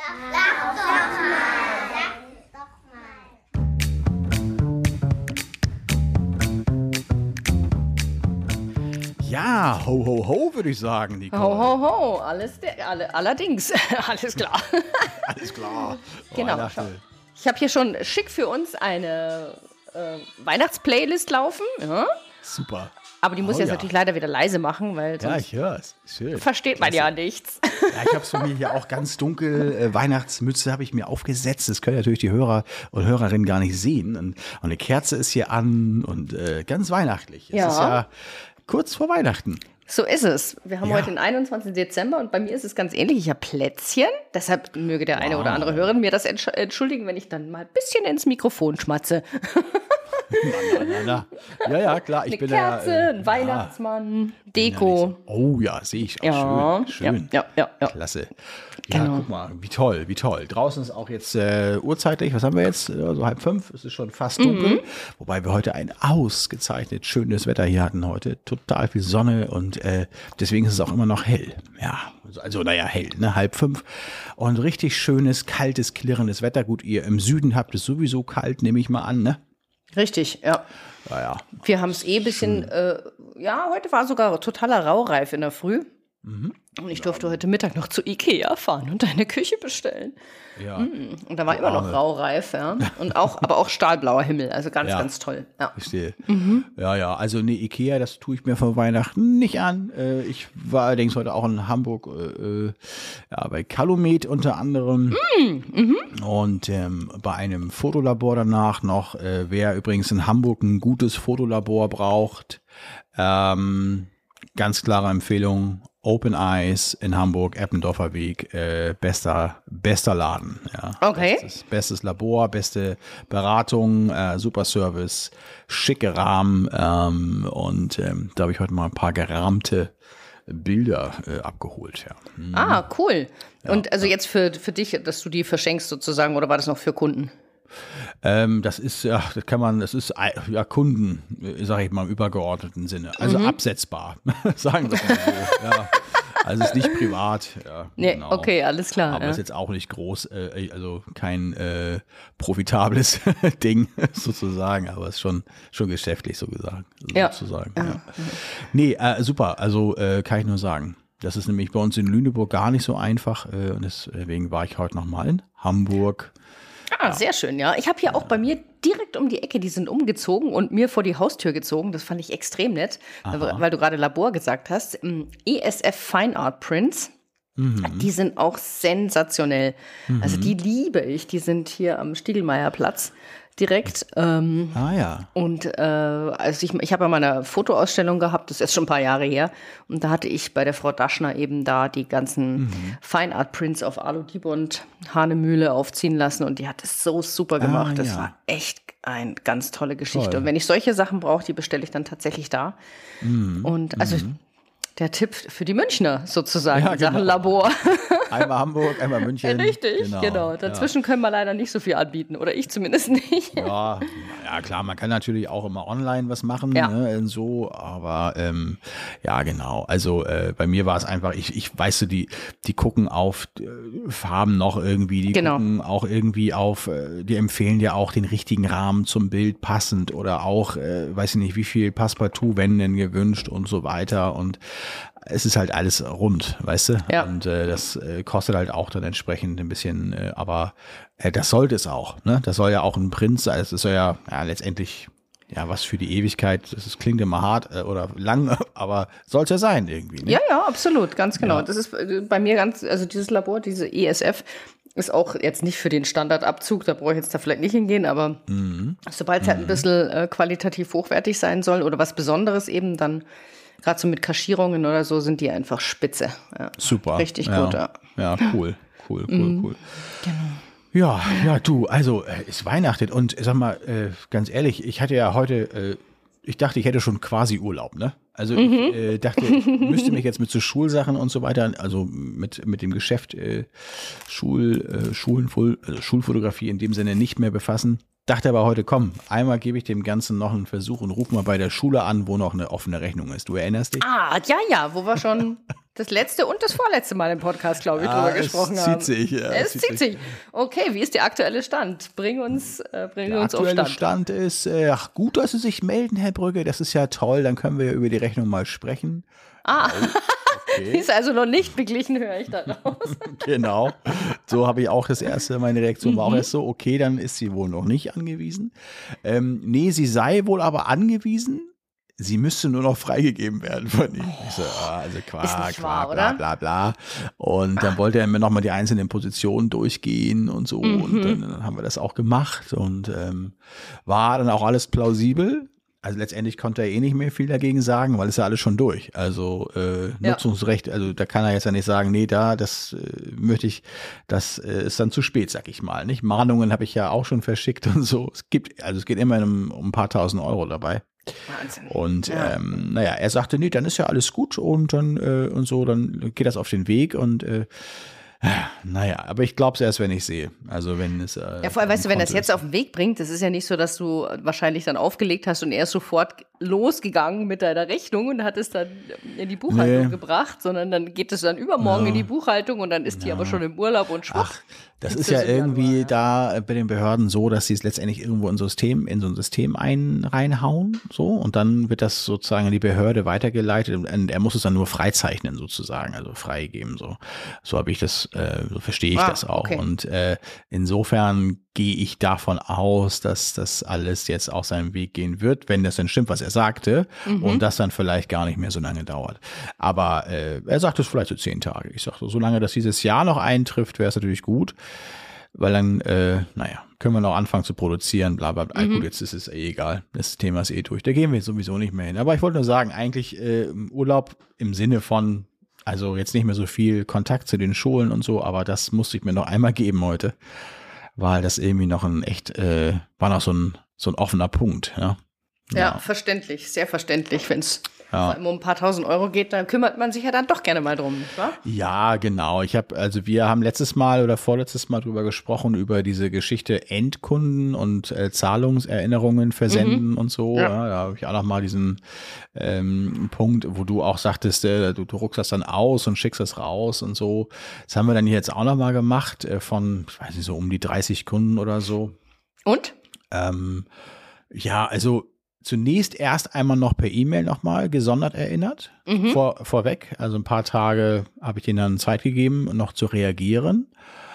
Ja, ho, ho, ho, würde ich sagen, Nicole. Ho, ho, ho, allerdings, alles klar. Alles klar. Genau. Ich habe hier schon schick für uns eine Weihnachtsplaylist laufen. Ja. Super. Aber die muss jetzt natürlich leider wieder leise machen, weil sonst ich höre es. Schön. Versteht man ja nichts. Ja, ich habe es von mir hier auch ganz Weihnachtsmütze habe ich mir aufgesetzt. Das können natürlich die Hörer und Hörerinnen gar nicht sehen. Und eine Kerze ist hier an und ganz weihnachtlich. Es ist ja kurz vor Weihnachten. So ist es. Wir haben heute den 21. Dezember und bei mir ist es ganz ähnlich. Ich habe Plätzchen. Deshalb möge der eine oder andere Hörerin mir das entschuldigen, wenn ich dann mal ein bisschen ins Mikrofon schmatze. Na. Ja, klar. Ich bin Kerze, ein Weihnachtsmann, Deko. Oh ja, sehe ich auch. Schön. Ja. Klasse. Ja, guck mal, wie toll. Draußen ist auch jetzt urzeitlich, was haben wir jetzt? So 4:30, es ist schon fast dunkel. Wobei wir heute ein ausgezeichnet schönes Wetter hier hatten heute. Total viel Sonne und deswegen ist es auch immer noch hell. Ja, also hell, ne? 4:30. Und richtig schönes, kaltes, klirrendes Wetter. Gut, ihr im Süden habt es sowieso kalt, nehme ich mal an, ne? Richtig, ja. Ja. Wir haben es ein bisschen, heute war sogar totaler Raureif in der Früh. Und ich durfte heute Mittag noch zu Ikea fahren und eine Küche bestellen. Ja. Und da war immer noch raureif, ja. Und aber auch stahlblauer Himmel, also ganz toll. Ja. Verstehe. Ja, also Ikea, das tue ich mir vor Weihnachten nicht an. Ich war allerdings heute auch in Hamburg, bei Calumet unter anderem. Und bei einem Fotolabor danach noch. Wer übrigens in Hamburg ein gutes Fotolabor braucht, ganz klare Empfehlung. Open Eyes in Hamburg, Eppendorfer Weg, bester Laden. Ja. Okay. Bestes Labor, beste Beratung, super Service, schicke Rahmen und da habe ich heute mal ein paar gerahmte Bilder abgeholt. Ja. Cool. Ja. Und also jetzt für dich, dass du die verschenkst sozusagen, oder war das noch für Kunden? Das ist Kunden, sage ich mal im übergeordneten Sinne. Also absetzbar, sagen wir mal so. Ja. Also es ist nicht privat. Ja, nee, genau. Okay, alles klar. Aber es ist jetzt auch nicht groß, also kein profitables Ding sozusagen, aber es ist schon geschäftlich sozusagen. Ja. Nee, super, also kann ich nur sagen. Das ist nämlich bei uns in Lüneburg gar nicht so einfach und deswegen war ich heute nochmal in Hamburg. Sehr schön, ja. Ich habe hier auch bei mir direkt um die Ecke, die sind umgezogen und mir vor die Haustür gezogen. Das fand ich extrem nett, weil du gerade Labor gesagt hast. ESF Fine Art Prints, die sind auch sensationell. Also die liebe ich. Die sind hier am Stiegelmeierplatz direkt. Und also ich habe ja mal eine Fotoausstellung gehabt, das ist jetzt schon ein paar Jahre her. Und da hatte ich bei der Frau Daschner eben da die ganzen Fine Art Prints auf Alu-Dibond Hahnemühle aufziehen lassen. Und die hat es so super gemacht. Das war echt eine ganz tolle Geschichte. Toll. Und wenn ich solche Sachen brauche, die bestelle ich dann tatsächlich da. Und also der Tipp für die Münchner sozusagen in Sachen Labor. Einmal Hamburg, einmal München. Richtig, genau. Dazwischen können wir leider nicht so viel anbieten. Oder ich zumindest nicht. Ja, klar, man kann natürlich auch immer online was machen. Ja. Ne, so, aber genau. Also bei mir war es einfach, ich weißt du, die gucken auf Farben noch irgendwie, die gucken auch irgendwie auf, die empfehlen ja auch den richtigen Rahmen zum Bild passend oder auch, weiß ich nicht, wie viel Passepartout-Wänden gewünscht und so weiter und es ist halt alles rund, weißt du? Ja. Und das kostet halt auch dann entsprechend ein bisschen, aber das sollte es auch, ne? Das soll ja auch ein Print sein, es soll ja letztendlich was für die Ewigkeit, das klingt immer hart oder lang, aber soll es ja sein irgendwie. Ne? Ja, absolut, ganz genau. Ja. Das ist bei mir also dieses Labor, diese ESF, ist auch jetzt nicht für den Standardabzug, da brauche ich jetzt da vielleicht nicht hingehen, aber sobald es halt ein bisschen qualitativ hochwertig sein soll oder was Besonderes eben, dann gerade so mit Kaschierungen oder so sind die einfach spitze. Ja. Super. Richtig gut, ja. Ja, cool. Genau. Ja, du, also ist Weihnachten und sag mal, ganz ehrlich, ich hatte ja heute, ich dachte, ich hätte schon quasi Urlaub, ne? Also ich dachte, ich müsste mich jetzt mit so Schulsachen und so weiter, also mit dem Geschäft Schulfotografie in dem Sinne nicht mehr befassen. dachte aber heute, komm, einmal gebe ich dem Ganzen noch einen Versuch und ruf mal bei der Schule an, wo noch eine offene Rechnung ist. Du erinnerst dich? Ja, wo wir schon das letzte und das vorletzte Mal im Podcast, glaube ich, drüber gesprochen haben. Es zieht sich. Okay, wie ist der aktuelle Stand? Bring uns auf Stand. Der aktuelle Stand ist, gut, dass Sie sich melden, Herr Brügge, das ist ja toll, dann können wir ja über die Rechnung mal sprechen. Okay. Die ist also noch nicht beglichen, höre ich daraus. Genau. So habe ich auch meine Reaktion war auch erst so, okay, dann ist sie wohl noch nicht angewiesen. Nee, sie sei wohl aber angewiesen. Sie müsste nur noch freigegeben werden von ihm. Ich so, also bla, bla. Und dann wollte er mir nochmal die einzelnen Positionen durchgehen und so. Und dann haben wir das auch gemacht und war dann auch alles plausibel. Also letztendlich konnte er nicht mehr viel dagegen sagen, weil es ja alles schon durch. Also Nutzungsrecht, also da kann er jetzt ja nicht sagen, nee, das möchte ich, das ist dann zu spät, sag ich mal. Nicht? Mahnungen habe ich ja auch schon verschickt und so. Es geht immer um ein paar tausend Euro dabei. Wahnsinn. Und er sagte, nee, dann ist ja alles gut und dann und so, dann geht das auf den Weg und aber ich glaube es erst, wenn ich sehe. Also wenn es vor allem, weißt du, wenn das jetzt auf den Weg bringt, das ist ja nicht so, dass du wahrscheinlich dann aufgelegt hast und er ist sofort losgegangen mit deiner Rechnung und hat es dann in die Buchhaltung gebracht, sondern dann geht es dann übermorgen in die Buchhaltung und dann ist die aber schon im Urlaub und schwach. Das ist ja irgendwie da bei den Behörden so, dass sie es letztendlich irgendwo in so ein System reinhauen, so, und dann wird das sozusagen an die Behörde weitergeleitet und er muss es dann nur freizeichnen sozusagen, also freigeben, so. So habe ich das, so verstehe ich das auch. Okay. Und insofern gehe ich davon aus, dass das alles jetzt auch seinen Weg gehen wird, wenn das denn stimmt, was er sagte, und das dann vielleicht gar nicht mehr so lange dauert. Aber er sagt es vielleicht so 10 Tage. Ich sage so, solange das dieses Jahr noch eintrifft, wäre es natürlich gut, weil dann, können wir noch anfangen zu produzieren, bla bla bla. Gut, jetzt ist es egal, das Thema ist durch. Da gehen wir jetzt sowieso nicht mehr hin. Aber ich wollte nur sagen, eigentlich Urlaub im Sinne von, also jetzt nicht mehr so viel Kontakt zu den Schulen und so, aber das musste ich mir noch einmal geben heute, weil das irgendwie noch war noch so ein offener Punkt, ja. Ja, verständlich, sehr verständlich, wenn es um ein paar tausend Euro geht, dann kümmert man sich ja dann doch gerne mal drum, nicht wahr? Ja, genau. Wir haben letztes Mal oder vorletztes Mal drüber gesprochen, über diese Geschichte Endkunden und Zahlungserinnerungen versenden und so. Ja, da habe ich auch noch mal diesen Punkt, wo du auch sagtest, du druckst das dann aus und schickst das raus und so. Das haben wir dann jetzt auch noch mal gemacht von, ich weiß nicht, so um die 30 Kunden oder so. Und? Also zunächst erst einmal noch per E-Mail nochmal gesondert erinnert, vorweg. Also ein paar Tage habe ich denen dann Zeit gegeben, noch zu reagieren.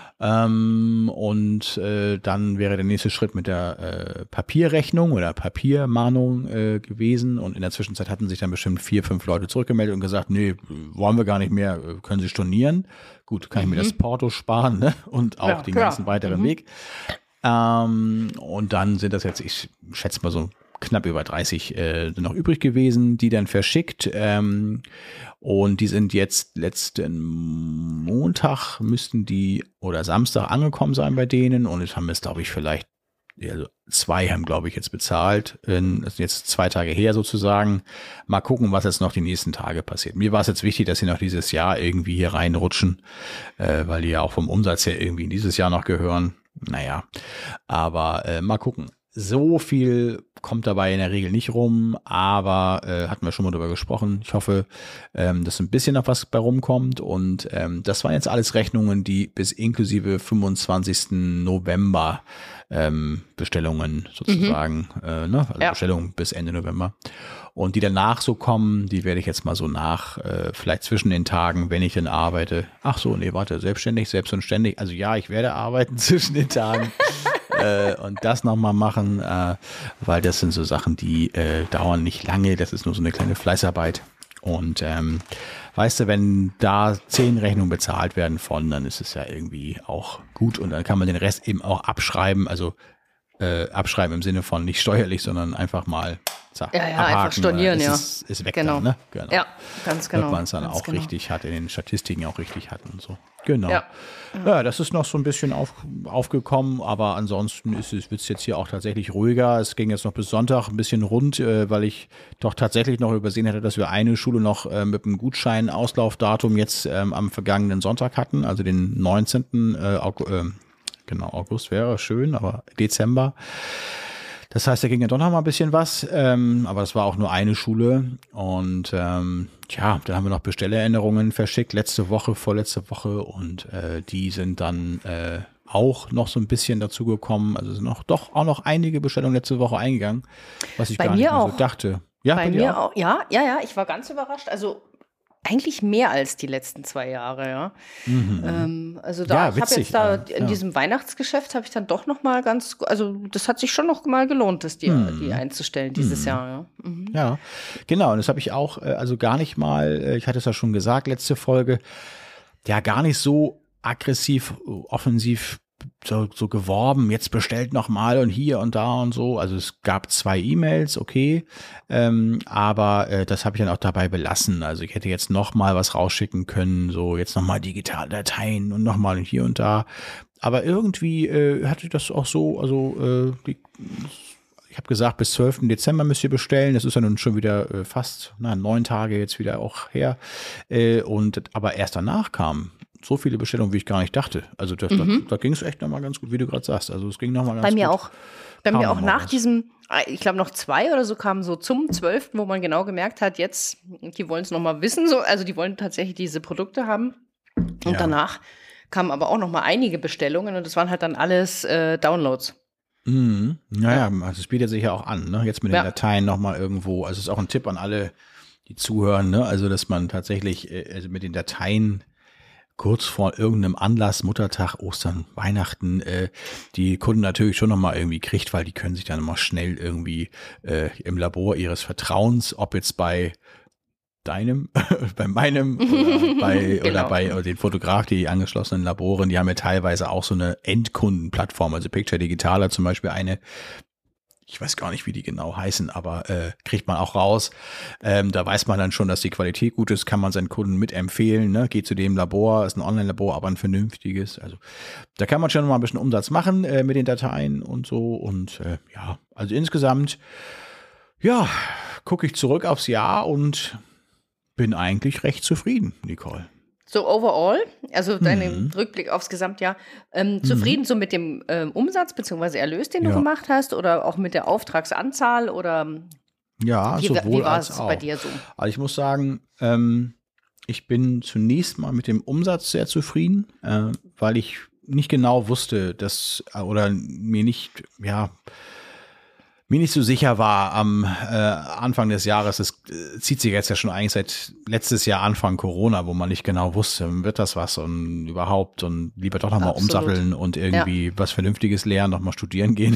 Und dann wäre der nächste Schritt mit der Papierrechnung oder Papiermahnung gewesen. Und in der Zwischenzeit hatten sich dann bestimmt 4, 5 Leute zurückgemeldet und gesagt, nee, wollen wir gar nicht mehr, können Sie stornieren. Gut, kann ich mir das Porto sparen, ne? Und auch den ganzen weiteren Weg. Und dann sind das jetzt, ich schätze mal so knapp über 30 noch übrig gewesen, die dann verschickt. Und die sind jetzt letzten Montag oder Samstag angekommen sein bei denen. Und jetzt haben wir es, glaube ich, vielleicht, also 2 haben, glaube ich, jetzt bezahlt. Das ist jetzt 2 Tage her sozusagen. Mal gucken, was jetzt noch die nächsten Tage passiert. Mir war es jetzt wichtig, dass sie noch dieses Jahr irgendwie hier reinrutschen, weil die ja auch vom Umsatz her irgendwie in dieses Jahr noch gehören. Aber mal gucken. So viel kommt dabei in der Regel nicht rum, aber hatten wir schon mal drüber gesprochen. Ich hoffe, dass ein bisschen noch was bei rumkommt und das waren jetzt alles Rechnungen, die bis inklusive 25. November Bestellungen sozusagen, Bestellungen bis Ende November. Und die danach so kommen, die werde ich jetzt mal so vielleicht zwischen den Tagen, wenn ich denn arbeite. Ach so, nee, warte, selbst und ständig. Also ja, ich werde arbeiten zwischen den Tagen und das nochmal machen, weil das sind so Sachen, die dauern nicht lange. Das ist nur so eine kleine Fleißarbeit. Und weißt du, wenn da 10 Rechnungen bezahlt werden dann ist es ja irgendwie auch gut und dann kann man den Rest eben auch abschreiben, also abschreiben im Sinne von nicht steuerlich, sondern einfach mal abhaken, einfach stornieren, ist weg genau. Dann, ne? Genau. Ja, ganz genau. Wenn man es dann auch richtig hat, in den Statistiken auch richtig hat und so. Genau. Ja, das ist noch so ein bisschen aufgekommen, aber ansonsten wird es jetzt hier auch tatsächlich ruhiger. Es ging jetzt noch bis Sonntag ein bisschen rund, weil ich doch tatsächlich noch übersehen hatte, dass wir eine Schule noch mit einem Gutschein-Auslaufdatum jetzt am vergangenen Sonntag hatten, also den 19. Genau, August wäre schön, aber Dezember. Das heißt, da ging ja doch noch mal ein bisschen was, aber das war auch nur eine Schule und dann haben wir noch Bestellerinnerungen verschickt, vorletzte Woche und die sind dann auch noch so ein bisschen dazu gekommen. Also sind auch noch einige Bestellungen letzte Woche eingegangen, was ich gar nicht mehr so dachte. Ja, bei mir auch. Ja, ich war ganz überrascht. Also eigentlich mehr als die letzten 2 Jahre, ja. Also da, ich habe jetzt da in diesem Weihnachtsgeschäft habe ich dann doch noch mal also das hat sich schon noch mal gelohnt, die einzustellen dieses Jahr, ja. Ja, genau. Und das habe ich auch, also gar nicht mal, ich hatte es ja schon gesagt, letzte Folge, ja gar nicht so aggressiv, offensiv so geworben, jetzt bestellt noch mal und hier und da und so. Also es gab 2 E-Mails, okay, aber das habe ich dann auch dabei belassen. Also ich hätte jetzt noch mal was rausschicken können, so jetzt noch mal digitale Dateien und noch mal hier und da. Aber irgendwie hatte ich das auch so, also ich habe gesagt, bis 12. Dezember müsst ihr bestellen. Das ist ja nun schon wieder fast 9 Tage jetzt wieder auch her. Aber erst danach kamen so viele Bestellungen, wie ich gar nicht dachte. Also da ging es echt nochmal ganz gut, wie du gerade sagst. Also es ging nochmal ganz gut. Bei mir auch nach diesem, ich glaube noch 2 oder so kamen so zum 12., wo man genau gemerkt hat, jetzt, die wollen es nochmal wissen. So, also die wollen tatsächlich diese Produkte haben. Und danach kamen aber auch nochmal einige Bestellungen und das waren halt dann alles Downloads. Naja, also es bietet sich ja auch an, ne? Jetzt mit den Dateien nochmal irgendwo. Also es ist auch ein Tipp an alle, die zuhören, ne? Also dass man tatsächlich also mit den Dateien kurz vor irgendeinem Anlass, Muttertag, Ostern, Weihnachten, die Kunden natürlich schon nochmal irgendwie kriegt, weil die können sich dann nochmal schnell irgendwie im Labor ihres Vertrauens, ob jetzt bei deinem, bei meinem oder bei den Fotograf, die angeschlossenen Laboren, die haben ja teilweise auch so eine Endkundenplattform, also Picture Digitale zum Beispiel ich weiß gar nicht, wie die genau heißen, aber kriegt man auch raus. Da weiß man dann schon, dass die Qualität gut ist, kann man seinen Kunden mitempfehlen. Ne? Geht zu dem Labor, ist ein Online-Labor, aber ein vernünftiges. Also da kann man schon mal ein bisschen Umsatz machen mit den Dateien und so. Und also insgesamt, gucke ich zurück aufs Jahr und bin eigentlich recht zufrieden, Nicole. So overall, also dein Rückblick aufs Gesamtjahr, zufrieden so mit dem Umsatz bzw. Erlös, den du gemacht hast oder auch mit der Auftragsanzahl oder wie war es bei dir so? Also ich muss sagen, ich bin zunächst mal mit dem Umsatz sehr zufrieden, weil ich nicht genau wusste, oder mir nicht so sicher war am Anfang des Jahres. Es zieht sich jetzt ja schon eigentlich seit letztes Jahr Anfang Corona, wo man nicht genau wusste, wird das was und überhaupt und lieber doch nochmal umsatteln und irgendwie was Vernünftiges lernen, nochmal studieren gehen.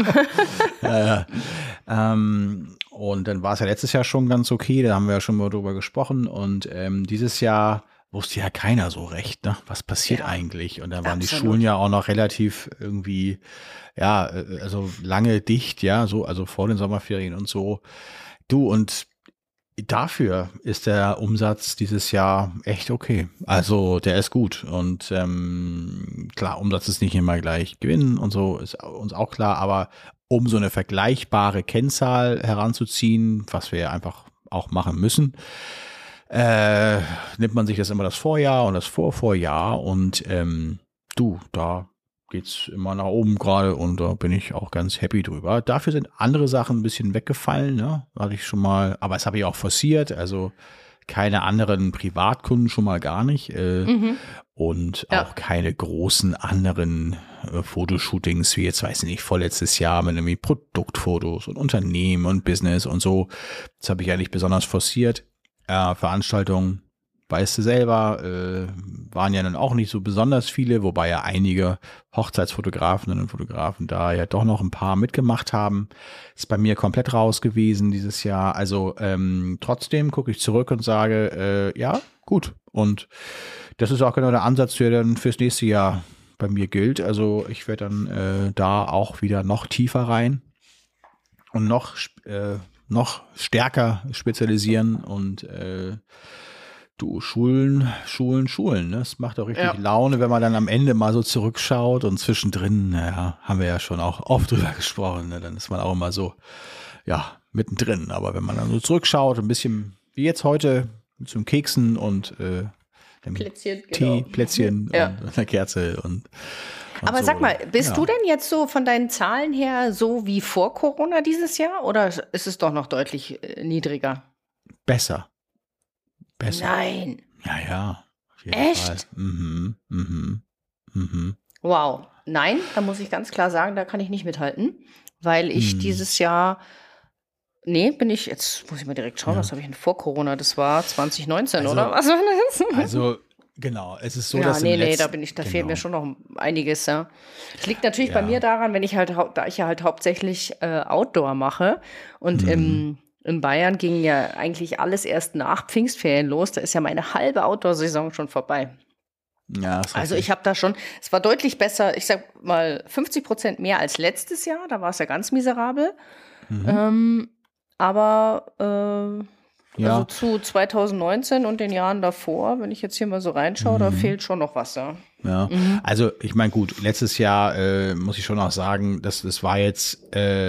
Und dann war es ja letztes Jahr schon ganz okay, da haben wir ja schon mal drüber gesprochen und dieses Jahr wusste ja keiner so recht, ne? Was passiert eigentlich? Und da waren die Schulen ja auch noch relativ irgendwie, also lange dicht, also vor den Sommerferien und so. Und dafür ist der Umsatz dieses Jahr echt okay. Also der ist gut und klar, Umsatz ist nicht immer gleich Gewinn und so, ist uns auch klar, aber um so eine vergleichbare Kennzahl heranzuziehen, was wir einfach auch machen müssen, nimmt man sich das immer das Vorjahr und das Vorvorjahr und da geht's immer nach oben gerade und da bin ich auch ganz happy drüber. Dafür sind andere Sachen ein bisschen weggefallen, ne? Hatte ich schon mal, aber das habe ich auch forciert, also keine anderen Privatkunden schon mal gar nicht und auch keine großen anderen Fotoshootings wie jetzt, weiß ich nicht, vorletztes Jahr mit irgendwie Produktfotos und Unternehmen und Business und so. Das habe ich eigentlich besonders forciert. Veranstaltungen, weißt du selber, waren ja dann auch nicht so besonders viele, wobei ja einige Hochzeitsfotografen und Fotografen da ja doch noch ein paar mitgemacht haben. Ist bei mir komplett raus gewesen dieses Jahr. Also trotzdem gucke ich zurück und sage, gut. Und das ist auch genau der Ansatz, der dann fürs nächste Jahr bei mir gilt. Also ich werde dann da auch wieder noch tiefer rein und noch stärker spezialisieren und Schulen, ne? Es macht auch richtig Laune, wenn man dann am Ende mal so zurückschaut und zwischendrin, haben wir ja schon auch oft drüber gesprochen, ne? Dann ist man auch immer so, mittendrin. Aber wenn man dann so zurückschaut, ein bisschen wie jetzt heute mit so einem Keksen und dem Plätzchen, Tee, Plätzchen und einer Kerze und Aber so, sag mal, bist ja. du denn jetzt so von deinen Zahlen her so wie vor Corona dieses Jahr oder ist es doch noch deutlich niedriger? Besser. Nein. Ja. Auf jeden Echt? Fall. Wow. Nein, da muss ich ganz klar sagen, da kann ich nicht mithalten, weil ich dieses Jahr, jetzt muss ich mal direkt schauen, was habe ich denn vor Corona? Das war 2019, Also, oder was war das? Also, genau, es ist so, Ja, dass da fehlt mir schon noch einiges, ja. Es liegt natürlich bei mir daran, da ich ja halt hauptsächlich Outdoor mache und in Bayern ging ja eigentlich alles erst nach Pfingstferien los. Da ist ja meine halbe Outdoor-Saison schon vorbei. Ja, ist Also richtig. ich habe da schon, es war deutlich besser, ich sag mal 50% mehr als letztes Jahr, da war es ja ganz miserabel. Aber also zu 2019 und den Jahren davor, wenn ich jetzt hier mal so reinschaue, da fehlt schon noch was, ja. Ja, also ich meine, gut, letztes Jahr muss ich schon auch sagen, das war jetzt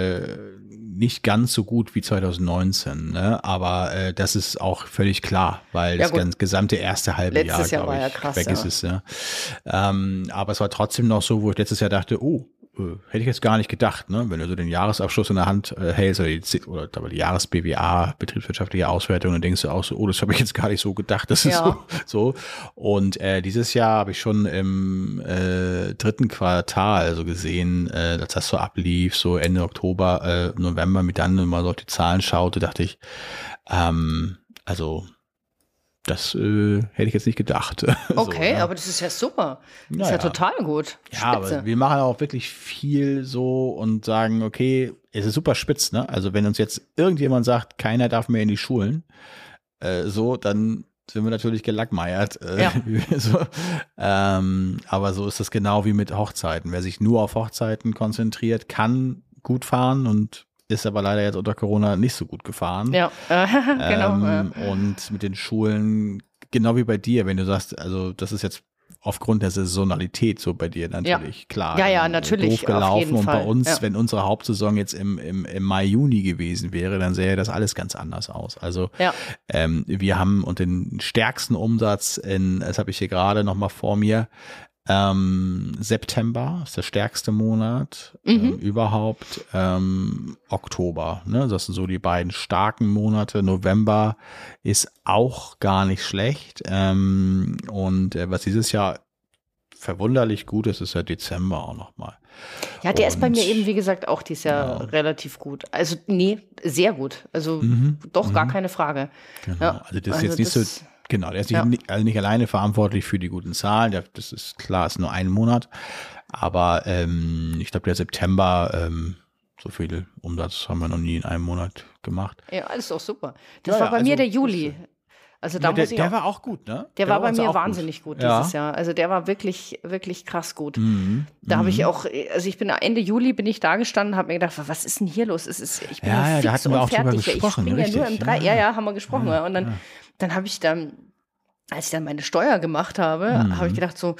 nicht ganz so gut wie 2019, ne? Aber das ist auch völlig klar, weil das gesamte erste halbe Letztes Jahr glaube war ja ich, krass, weg ja. ist es. Ja. Aber es war trotzdem noch so, wo ich letztes Jahr dachte, hätte ich jetzt gar nicht gedacht, ne? Wenn du so den Jahresabschluss in der Hand hältst oder die Jahres-BWA, betriebswirtschaftliche Auswertung, dann denkst du auch so, das habe ich jetzt gar nicht so gedacht, das ist so. Und dieses Jahr habe ich schon im dritten Quartal so gesehen, dass das so ablief, so Ende Oktober, November, mit dann mal so auf die Zahlen schaute, dachte ich, also das hätte ich jetzt nicht gedacht. Okay, so, ne? aber das ist ja super. Das ist ja total gut. Ja, aber wir machen auch wirklich viel so und sagen, okay, es ist super spitz, ne? Also wenn uns jetzt irgendjemand sagt, keiner darf mehr in die Schulen, dann sind wir natürlich gelackmeiert. So. Aber so ist das genau wie mit Hochzeiten. Wer sich nur auf Hochzeiten konzentriert, kann gut fahren und ist aber leider jetzt unter Corona nicht so gut gefahren. Ja, genau. Und mit den Schulen, genau wie bei dir, wenn du sagst, also das ist jetzt aufgrund der Saisonalität so bei dir natürlich, klar. Ja, natürlich. Doof gelaufen auf jeden und Fall. bei uns, wenn unsere Hauptsaison jetzt im Mai, Juni gewesen wäre, dann sähe das alles ganz anders aus. Also wir haben den stärksten Umsatz das habe ich hier gerade noch mal vor mir, September ist der stärkste Monat überhaupt, Oktober, ne? Das sind so die beiden starken Monate. November ist auch gar nicht schlecht und was dieses Jahr verwunderlich gut ist, ist ja Dezember auch nochmal. Ja, der ist bei mir eben, wie gesagt, auch dieses Jahr relativ gut. Also sehr gut. Also doch gar keine Frage. Genau. Ja, also das ist jetzt nicht so. Genau, der ist nicht alleine verantwortlich für die guten Zahlen. Das ist klar, ist nur ein Monat. Aber ich glaube, der September, so viel Umsatz haben wir noch nie in einem Monat gemacht. Ja, alles auch super. Das war bei mir der Juli. Also da muss ich der war auch gut, ne? Der war bei mir wahnsinnig gut dieses Jahr. Also der war wirklich, wirklich krass gut. Da habe ich auch, also ich bin Ende Juli bin ich da gestanden, habe mir gedacht, was ist denn hier los? Ich bin fix da hatten wir auch drüber gesprochen. Ich springe ja nur im 3. Ja, haben wir gesprochen. Ja. Und dann habe ich als ich dann meine Steuer gemacht habe, habe ich gedacht so,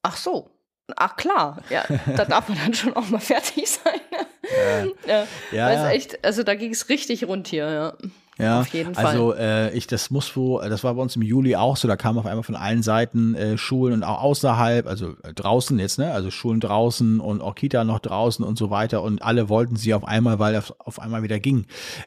ach klar, ja, da darf man dann schon auch mal fertig sein. Weil echt, also da ging es richtig rund hier, ja. Ja, auf jeden Fall. Also das war bei uns im Juli auch so, da kamen auf einmal von allen Seiten Schulen und auch außerhalb, also draußen jetzt, ne, also Schulen draußen und auch Kita noch draußen und so weiter und alle wollten sie auf einmal, weil es auf einmal wieder ging.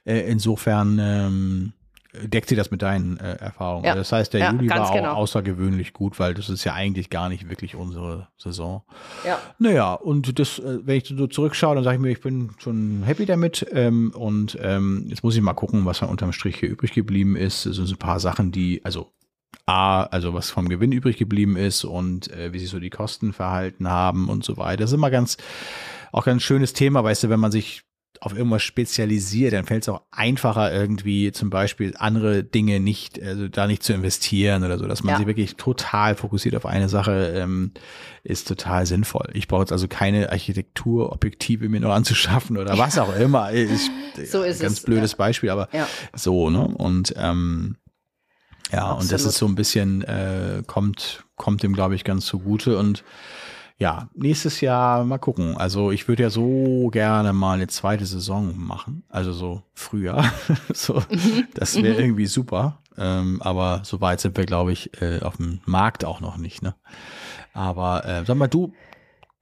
Insofern deckt sie das mit deinen Erfahrungen. Ja. Das heißt, der Juli war auch außergewöhnlich gut, weil das ist ja eigentlich gar nicht wirklich unsere Saison. Ja. Naja, und das, wenn ich so zurückschaue, dann sage ich mir, ich bin schon happy damit. Und jetzt muss ich mal gucken, was dann unterm Strich hier übrig geblieben ist. Das sind so ein paar Sachen, also was vom Gewinn übrig geblieben ist und wie sich so die Kosten verhalten haben und so weiter. Das ist immer ganz schönes Thema, weißt du, wenn man sich auf irgendwas spezialisiert, dann fällt es auch einfacher irgendwie zum Beispiel andere Dinge nicht zu investieren oder so, dass man sich wirklich total fokussiert auf eine Sache, ist total sinnvoll. Ich brauche jetzt also keine Architekturobjektive mir noch anzuschaffen oder was auch immer. So ist ganz blödes Beispiel, aber so, ne? Und und das ist so ein bisschen, kommt dem, glaube ich, ganz zugute und ja, nächstes Jahr mal gucken. Also ich würde ja so gerne mal eine zweite Saison machen, also so Frühjahr. Das wäre irgendwie super. Aber so weit sind wir, glaube ich, auf dem Markt auch noch nicht. Ne? Aber sag mal, du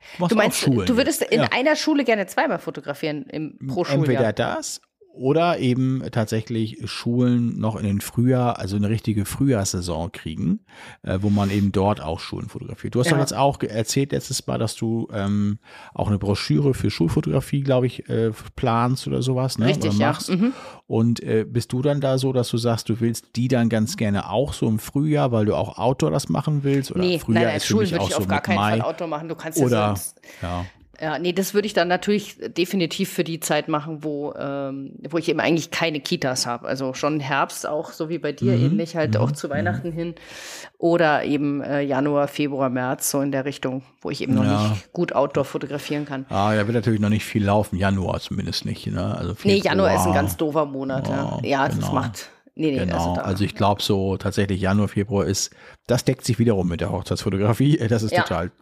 machst Du meinst, auch Schulen. du würdest in einer Schule gerne zweimal fotografieren pro Schuljahr? Entweder das oder eben tatsächlich Schulen noch in den Frühjahr, also eine richtige Frühjahrssaison kriegen, wo man eben dort auch Schulen fotografiert. Du hast doch jetzt auch erzählt letztes Mal, dass du auch eine Broschüre für Schulfotografie, glaube ich, planst oder sowas, ne? Richtig, oder machst. ja. Mhm. Und bist du dann da so, dass du sagst, du willst die dann ganz gerne auch so im Frühjahr, weil du auch Outdoor das machen willst? Oder Frühjahr nein, ist für Schulen mich würde auch ich so auf gar mit keinen Mai. Fall Outdoor machen. Du kannst Oder, ja. Ja, nee, das würde ich dann natürlich definitiv für die Zeit machen, wo ich eben eigentlich keine Kitas habe. Also schon Herbst auch, so wie bei dir, ähnlich halt auch zu Weihnachten hin. Oder eben Januar, Februar, März, so in der Richtung, wo ich eben noch nicht gut Outdoor fotografieren kann. Ah, da wird natürlich noch nicht viel laufen, Januar zumindest nicht. Ne? Also nee, Januar ist ein ganz doofer Monat. Ja, genau. Das macht... Nee, genau, also ich glaube so tatsächlich Januar, Februar das deckt sich wiederum mit der Hochzeitsfotografie. Das ist total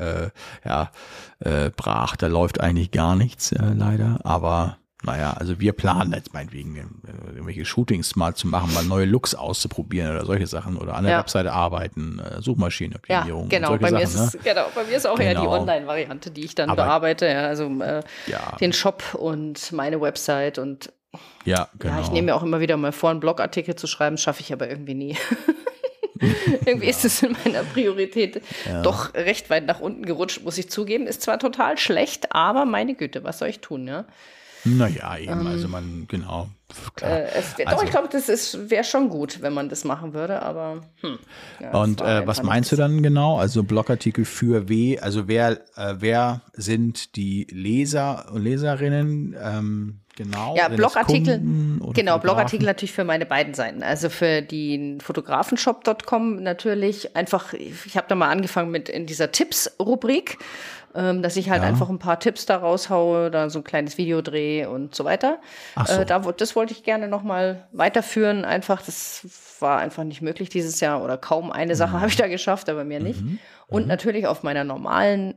brach. Da läuft eigentlich gar nichts leider. Aber naja, also wir planen jetzt meinetwegen irgendwelche Shootings mal zu machen, mal neue Looks auszuprobieren oder solche Sachen oder an der Webseite arbeiten, Suchmaschinenoptimierung. Ja, genau. Bei mir ist auch eher die Online-Variante, die ich dann bearbeite. Ja, also den Shop und meine Website und ja, genau. Ja, ich nehme mir auch immer wieder mal vor, einen Blogartikel zu schreiben, schaffe ich aber irgendwie nie. Irgendwie ist es in meiner Priorität doch recht weit nach unten gerutscht, muss ich zugeben. Ist zwar total schlecht, aber meine Güte, was soll ich tun, ja? Naja, eben, also genau. Klar. Doch, ich glaube, wäre schon gut, wenn man das machen würde, aber und was meinst du dann genau? Also Blogartikel für also wer sind die Leser und Leserinnen? Genau. Ja, Blogartikel natürlich für meine beiden Seiten. Also für den Fotografenshop.com natürlich einfach, ich habe da mal angefangen in dieser Tipps-Rubrik, dass ich halt einfach ein paar Tipps da raushaue, da so ein kleines Video drehe und so weiter. Ach so. Das wollte ich gerne nochmal weiterführen. Einfach, das war einfach nicht möglich dieses Jahr oder kaum eine Sache habe ich da geschafft, aber mehr nicht. Und natürlich auf meiner normalen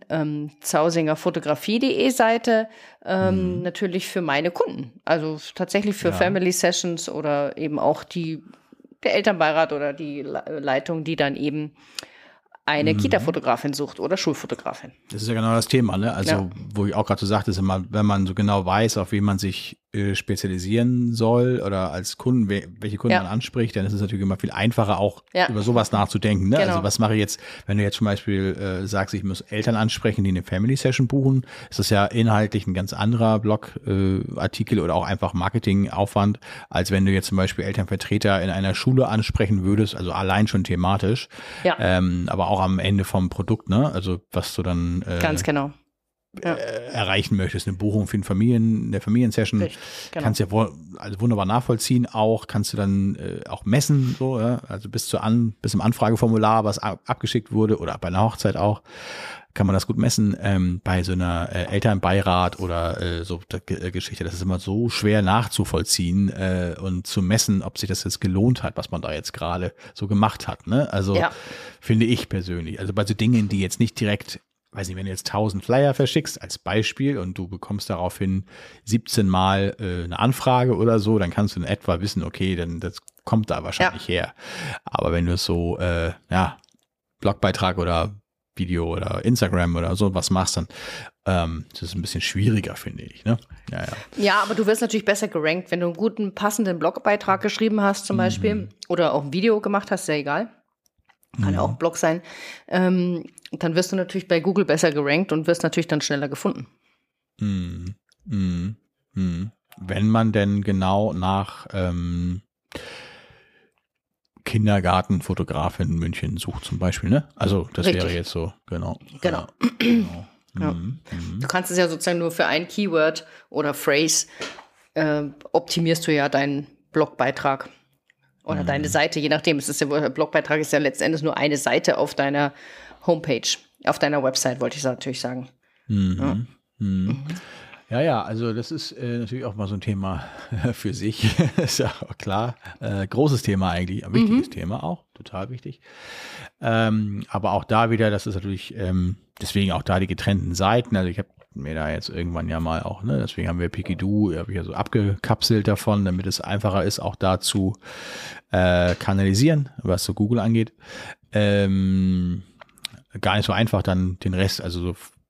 zausingerfotografie.de Seite natürlich für meine Kunden. Also tatsächlich für Family Sessions oder eben auch der Elternbeirat oder die Leitung, die dann eben eine Kita-Fotografin sucht oder Schulfotografin. Das ist ja genau das Thema, ne? Also, wo ich auch gerade so sagte, ist immer, wenn man so genau weiß, auf wen man sich spezialisieren soll oder als Kunden, welche Kunden man anspricht, dann ist es natürlich immer viel einfacher, auch über sowas nachzudenken. Ne? Genau. Also was mache ich jetzt, wenn du jetzt zum Beispiel sagst, ich muss Eltern ansprechen, die eine Family Session buchen, ist das ja inhaltlich ein ganz anderer Blogartikel oder auch einfach Marketingaufwand, als wenn du jetzt zum Beispiel Elternvertreter in einer Schule ansprechen würdest, also allein schon thematisch, aber auch am Ende vom Produkt, ne? Also was du dann ganz genau. erreichen möchtest, eine Buchung für eine Familiensession, Richtig, genau. kannst ja also wunderbar nachvollziehen auch, kannst du dann auch messen, so, also bis zum Anfrageformular, was abgeschickt wurde oder bei einer Hochzeit auch, kann man das gut messen, bei so einer Elternbeirat oder so Geschichte, das ist immer so schwer nachzuvollziehen und zu messen, ob sich das jetzt gelohnt hat, was man da jetzt gerade so gemacht hat, ne? Also finde ich persönlich, also bei so Dingen, die jetzt nicht direkt, weiß nicht, wenn du jetzt 1000 Flyer verschickst als Beispiel und du bekommst daraufhin 17 Mal eine Anfrage oder so, dann kannst du in etwa wissen, okay, dann das kommt da wahrscheinlich her. Aber wenn du so, Blogbeitrag oder Video oder Instagram oder so was machst, dann das ist ein bisschen schwieriger, finde ich. Ne? Ja, aber du wirst natürlich besser gerankt, wenn du einen guten, passenden Blogbeitrag geschrieben hast zum Beispiel oder auch ein Video gemacht hast, sehr egal. Kann ja auch Blog sein. Dann wirst du natürlich bei Google besser gerankt und wirst natürlich dann schneller gefunden. Wenn man denn genau nach Kindergartenfotografin in München sucht zum Beispiel, ne? Also das wäre jetzt so, genau. Ja. Du kannst es ja sozusagen nur für ein Keyword oder Phrase optimierst du ja deinen Blogbeitrag. Oder deine Seite, je nachdem. Blogbeitrag ist ja letzten Endes nur eine Seite auf deiner Homepage, auf deiner Website, wollte ich natürlich sagen. Ja, also das ist natürlich auch mal so ein Thema für sich, ist ja auch klar. Großes Thema eigentlich, ein wichtiges Thema auch, total wichtig. Aber auch da wieder, das ist natürlich, deswegen auch da die getrennten Seiten. Also ich habe mir da jetzt irgendwann ja mal auch, ne, deswegen haben wir Pikidoo, habe ich ja so abgekapselt davon, damit es einfacher ist, auch da zu kanalisieren, was so Google angeht. Gar nicht so einfach dann den Rest, also so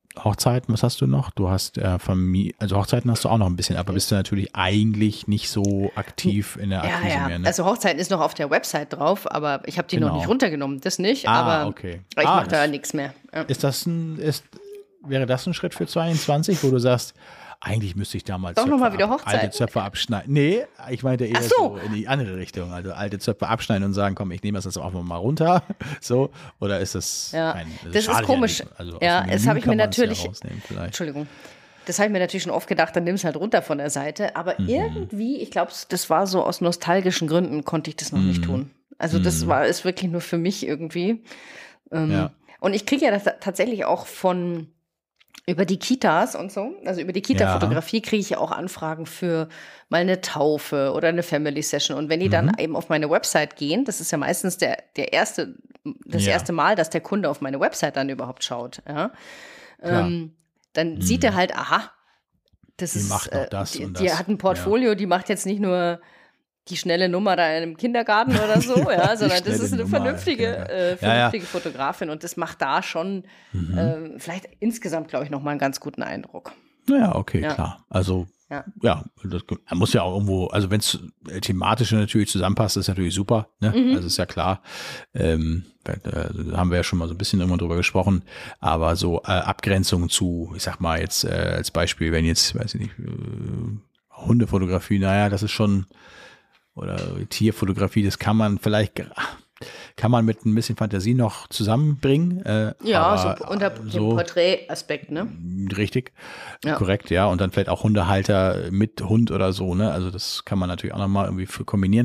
Hochzeiten, was hast du noch? Du hast Familie, also Hochzeiten hast du auch noch ein bisschen, aber bist du natürlich eigentlich nicht so aktiv in der Akquise mehr. Ne? Also Hochzeiten ist noch auf der Website drauf, aber ich habe die noch nicht runtergenommen, das nicht, aber okay. ich mache da nichts mehr. Ja. Wäre das ein Schritt für 22, wo du sagst, eigentlich müsste ich damals doch nochmal wieder Hochzeiten. Alte Zöpfe abschneiden. Nee, ich meinte eher so in die andere Richtung. Also alte Zöpfe abschneiden und sagen, komm, ich nehme das jetzt auch mal runter. So, oder ist das das ist komisch. Also das habe ich mir natürlich, Entschuldigung, das habe ich mir natürlich schon oft gedacht, dann nimm es halt runter von der Seite. Aber irgendwie, ich glaube, das war so aus nostalgischen Gründen, konnte ich das noch nicht tun. Also das ist wirklich nur für mich irgendwie. Und ich kriege ja das tatsächlich auch über die Kitas und so, also über die Kita-Fotografie kriege ich ja auch Anfragen für mal eine Taufe oder eine Family-Session. Und wenn die dann eben auf meine Website gehen, das ist ja meistens das erste Mal, dass der Kunde auf meine Website dann überhaupt schaut, dann sieht er halt, aha, die macht noch das und das. Die hat ein Portfolio, die macht jetzt nicht nur die schnelle Nummer da in einem Kindergarten oder so, sondern das ist eine vernünftige Fotografin und das macht da schon vielleicht insgesamt, glaube ich, nochmal einen ganz guten Eindruck. Naja, okay, klar. Also, das muss ja auch irgendwo, also wenn es thematisch natürlich zusammenpasst, ist natürlich super, ne? Also ist ja klar, da haben wir ja schon mal so ein bisschen irgendwann drüber gesprochen, aber so Abgrenzungen zu, ich sag mal jetzt als Beispiel, wenn jetzt, weiß ich nicht, Hundefotografie, das ist schon, oder Tierfotografie, das kann man mit ein bisschen Fantasie noch zusammenbringen. So unter dem Porträtaspekt, ne? Richtig, korrekt, ja. Und dann vielleicht auch Hundehalter mit Hund oder so, ne? Also das kann man natürlich auch nochmal irgendwie kombinieren.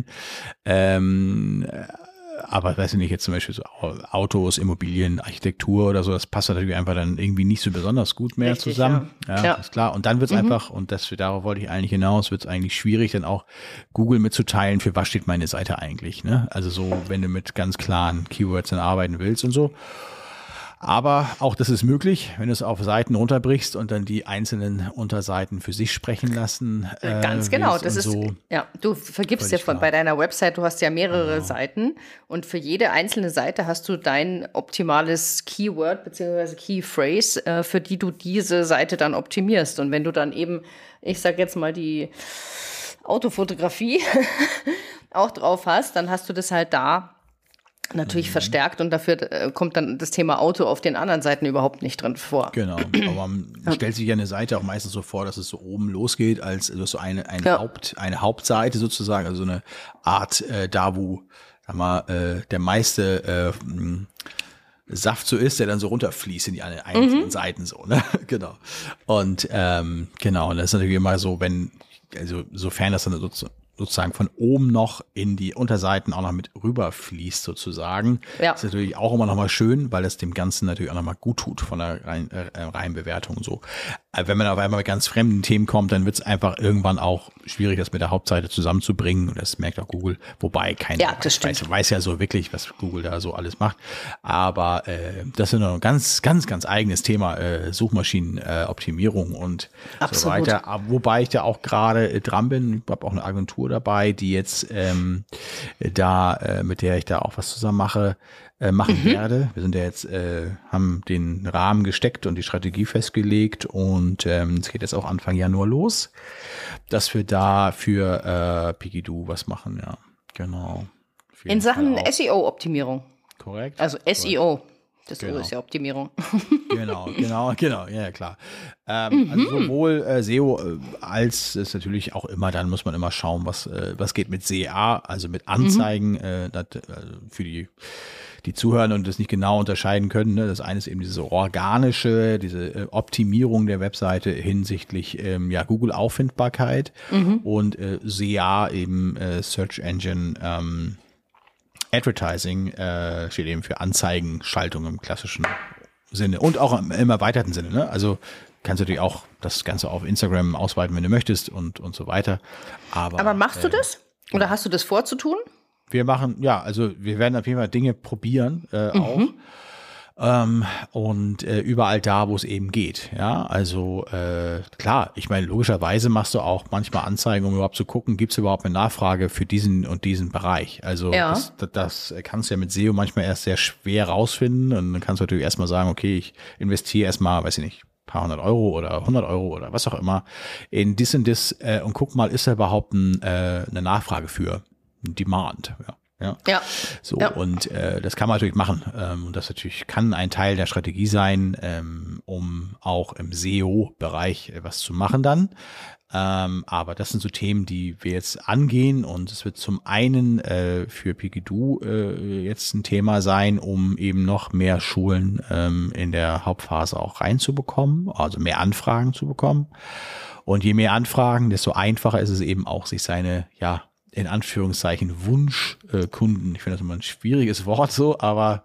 Aber weiß ich nicht, jetzt zum Beispiel so Autos, Immobilien, Architektur oder so, das passt natürlich einfach dann irgendwie nicht so besonders gut mehr zusammen. Ja, ist klar. Und dann wird es einfach, und darauf wollte ich eigentlich hinaus, wird es eigentlich schwierig, dann auch Google mitzuteilen, für was steht meine Seite eigentlich. Ne? Also so, wenn du mit ganz klaren Keywords dann arbeiten willst und so. Aber auch das ist möglich, wenn du es auf Seiten runterbrichst und dann die einzelnen Unterseiten für sich sprechen lassen. Ganz genau, das ist, so. Du vergibst ja bei deiner Website, du hast ja mehrere Seiten und für jede einzelne Seite hast du dein optimales Keyword bzw. Keyphrase, für die du diese Seite dann optimierst. Und wenn du dann eben, ich sag jetzt mal die Autofotografie auch drauf hast, dann hast du das halt da natürlich verstärkt und dafür kommt dann das Thema Auto auf den anderen Seiten überhaupt nicht drin vor. Genau, aber man stellt sich ja eine Seite auch meistens so vor, dass es so oben losgeht, als so eine Hauptseite sozusagen, also so eine Art, da wo, sag mal, der meiste Saft so ist, der dann so runterfließt in die einzelnen Seiten so, ne? Genau. Und genau, und das ist natürlich immer so, sofern das dann sozusagen von oben noch in die Unterseiten auch noch mit rüberfließt sozusagen. Ja. Das ist natürlich auch immer noch mal schön, weil es dem Ganzen natürlich auch noch mal gut tut von der reinen Bewertung so. Wenn man auf einmal mit ganz fremden Themen kommt, dann wird es einfach irgendwann auch schwierig, das mit der Hauptseite zusammenzubringen. Und das merkt auch Google, wobei keiner weiß ja so wirklich, was Google da so alles macht. Aber das ist noch ein ganz, ganz, ganz eigenes Thema, Suchmaschinenoptimierung und so weiter. Wobei ich da auch gerade dran bin. Ich habe auch eine Agentur dabei, die jetzt mit der ich da auch was zusammen machen werde. Wir sind ja jetzt, haben den Rahmen gesteckt und die Strategie festgelegt und es geht jetzt auch Anfang Januar los, dass wir da für Pigidoo was machen, ja, genau. In Sachen SEO-Optimierung. Korrekt. Also SEO. Das ist ja Optimierung. Genau, ja klar. Also sowohl SEO als ist natürlich auch immer, dann muss man immer schauen, was geht mit SEA, also mit Anzeigen, für die zuhören und das nicht genau unterscheiden können. Ne? Das eine ist eben diese organische, diese Optimierung der Webseite hinsichtlich Google-Auffindbarkeit und SEA eben Search Engine Advertising steht eben für Anzeigenschaltung im klassischen Sinne und auch im erweiterten Sinne. Ne? Also kannst du natürlich auch das Ganze auf Instagram ausweiten, wenn du möchtest und so weiter. Aber machst du das? Oder hast du das vorzutun? Wir werden auf jeden Fall Dinge probieren auch. Und überall da, wo es eben geht. Ja, also klar, ich meine, logischerweise machst du auch manchmal Anzeigen, um überhaupt zu gucken, gibt es überhaupt eine Nachfrage für diesen und diesen Bereich. Also das kannst du ja mit SEO manchmal erst sehr schwer rausfinden und dann kannst du natürlich erstmal sagen, okay, ich investiere erstmal, weiß ich nicht, paar 100 Euro oder 100 Euro oder was auch immer in dies und das und guck mal, ist da überhaupt eine Nachfrage für, ein Demand, ja. So, und das kann man natürlich machen. Und das natürlich kann ein Teil der Strategie sein, um auch im SEO-Bereich was zu machen dann. Aber das sind so Themen, die wir jetzt angehen, und es wird zum einen für Pikidu jetzt ein Thema sein, um eben noch mehr Schulen in der Hauptphase auch reinzubekommen, also mehr Anfragen zu bekommen. Und je mehr Anfragen, desto einfacher ist es eben auch, sich seine, ja, in Anführungszeichen Wunschkunden, ich finde das immer ein schwieriges Wort so, aber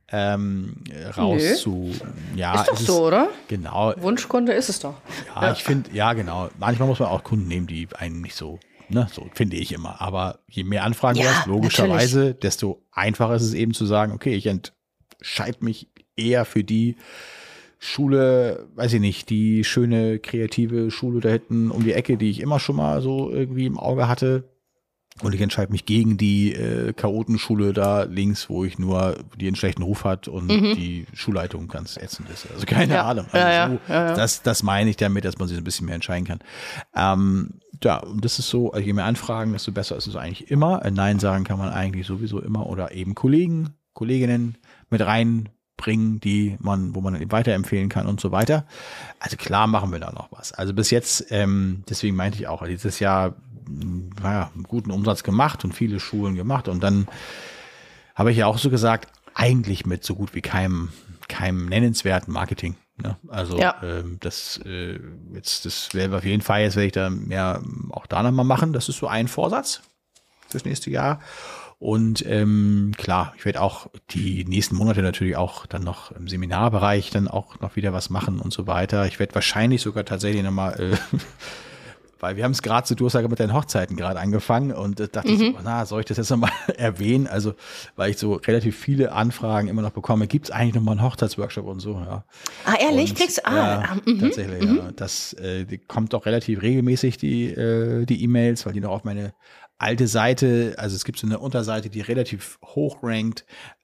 ja, ist doch so, oder? Genau. Wunschkunde ist es doch. Ja, ich finde, ja, genau. Manchmal muss man auch Kunden nehmen, die einen nicht so, ne, so finde ich immer. Aber je mehr Anfragen du hast, logischerweise, natürlich, desto einfacher ist es eben zu sagen, okay, ich entscheide mich eher für die Schule, weiß ich nicht, die schöne, kreative Schule da hinten um die Ecke, die ich immer schon mal so irgendwie im Auge hatte. Und ich entscheide mich gegen die Chaotenschule da links, die einen schlechten Ruf hat und die Schulleitung ganz ätzend ist. Also keine Ahnung. Also das meine ich damit, dass man sich ein bisschen mehr entscheiden kann. Und das ist so, also je mehr Anfragen, desto besser ist es eigentlich immer. Nein sagen kann man eigentlich sowieso immer, oder eben Kollegen, Kolleginnen mit reinbringen, wo man eben weiterempfehlen kann und so weiter. Also klar machen wir da noch was. Also bis jetzt, deswegen meinte ich auch, dieses Jahr einen guten Umsatz gemacht und viele Schulen gemacht, und dann habe ich ja auch so gesagt, eigentlich mit so gut wie keinem nennenswerten Marketing. Ne? Also das wäre auf jeden Fall, jetzt werde ich da mehr auch da nochmal machen. Das ist so ein Vorsatz fürs nächste Jahr. Und klar, ich werde auch die nächsten Monate natürlich auch dann noch im Seminarbereich dann auch noch wieder was machen und so weiter. Ich werde wahrscheinlich sogar tatsächlich nochmal weil wir haben es gerade so, du hast ja mit deinen Hochzeiten gerade angefangen, und dachte ich so, soll ich das jetzt nochmal erwähnen? Also, weil ich so relativ viele Anfragen immer noch bekomme, gibt es eigentlich nochmal einen Hochzeitsworkshop und so, ja. Ah, ehrlich? Tatsächlich, ja. Das kommt doch relativ regelmäßig, die E-Mails, weil die noch auf meine alte Seite, also es gibt so eine Unterseite, die relativ hoch rankt,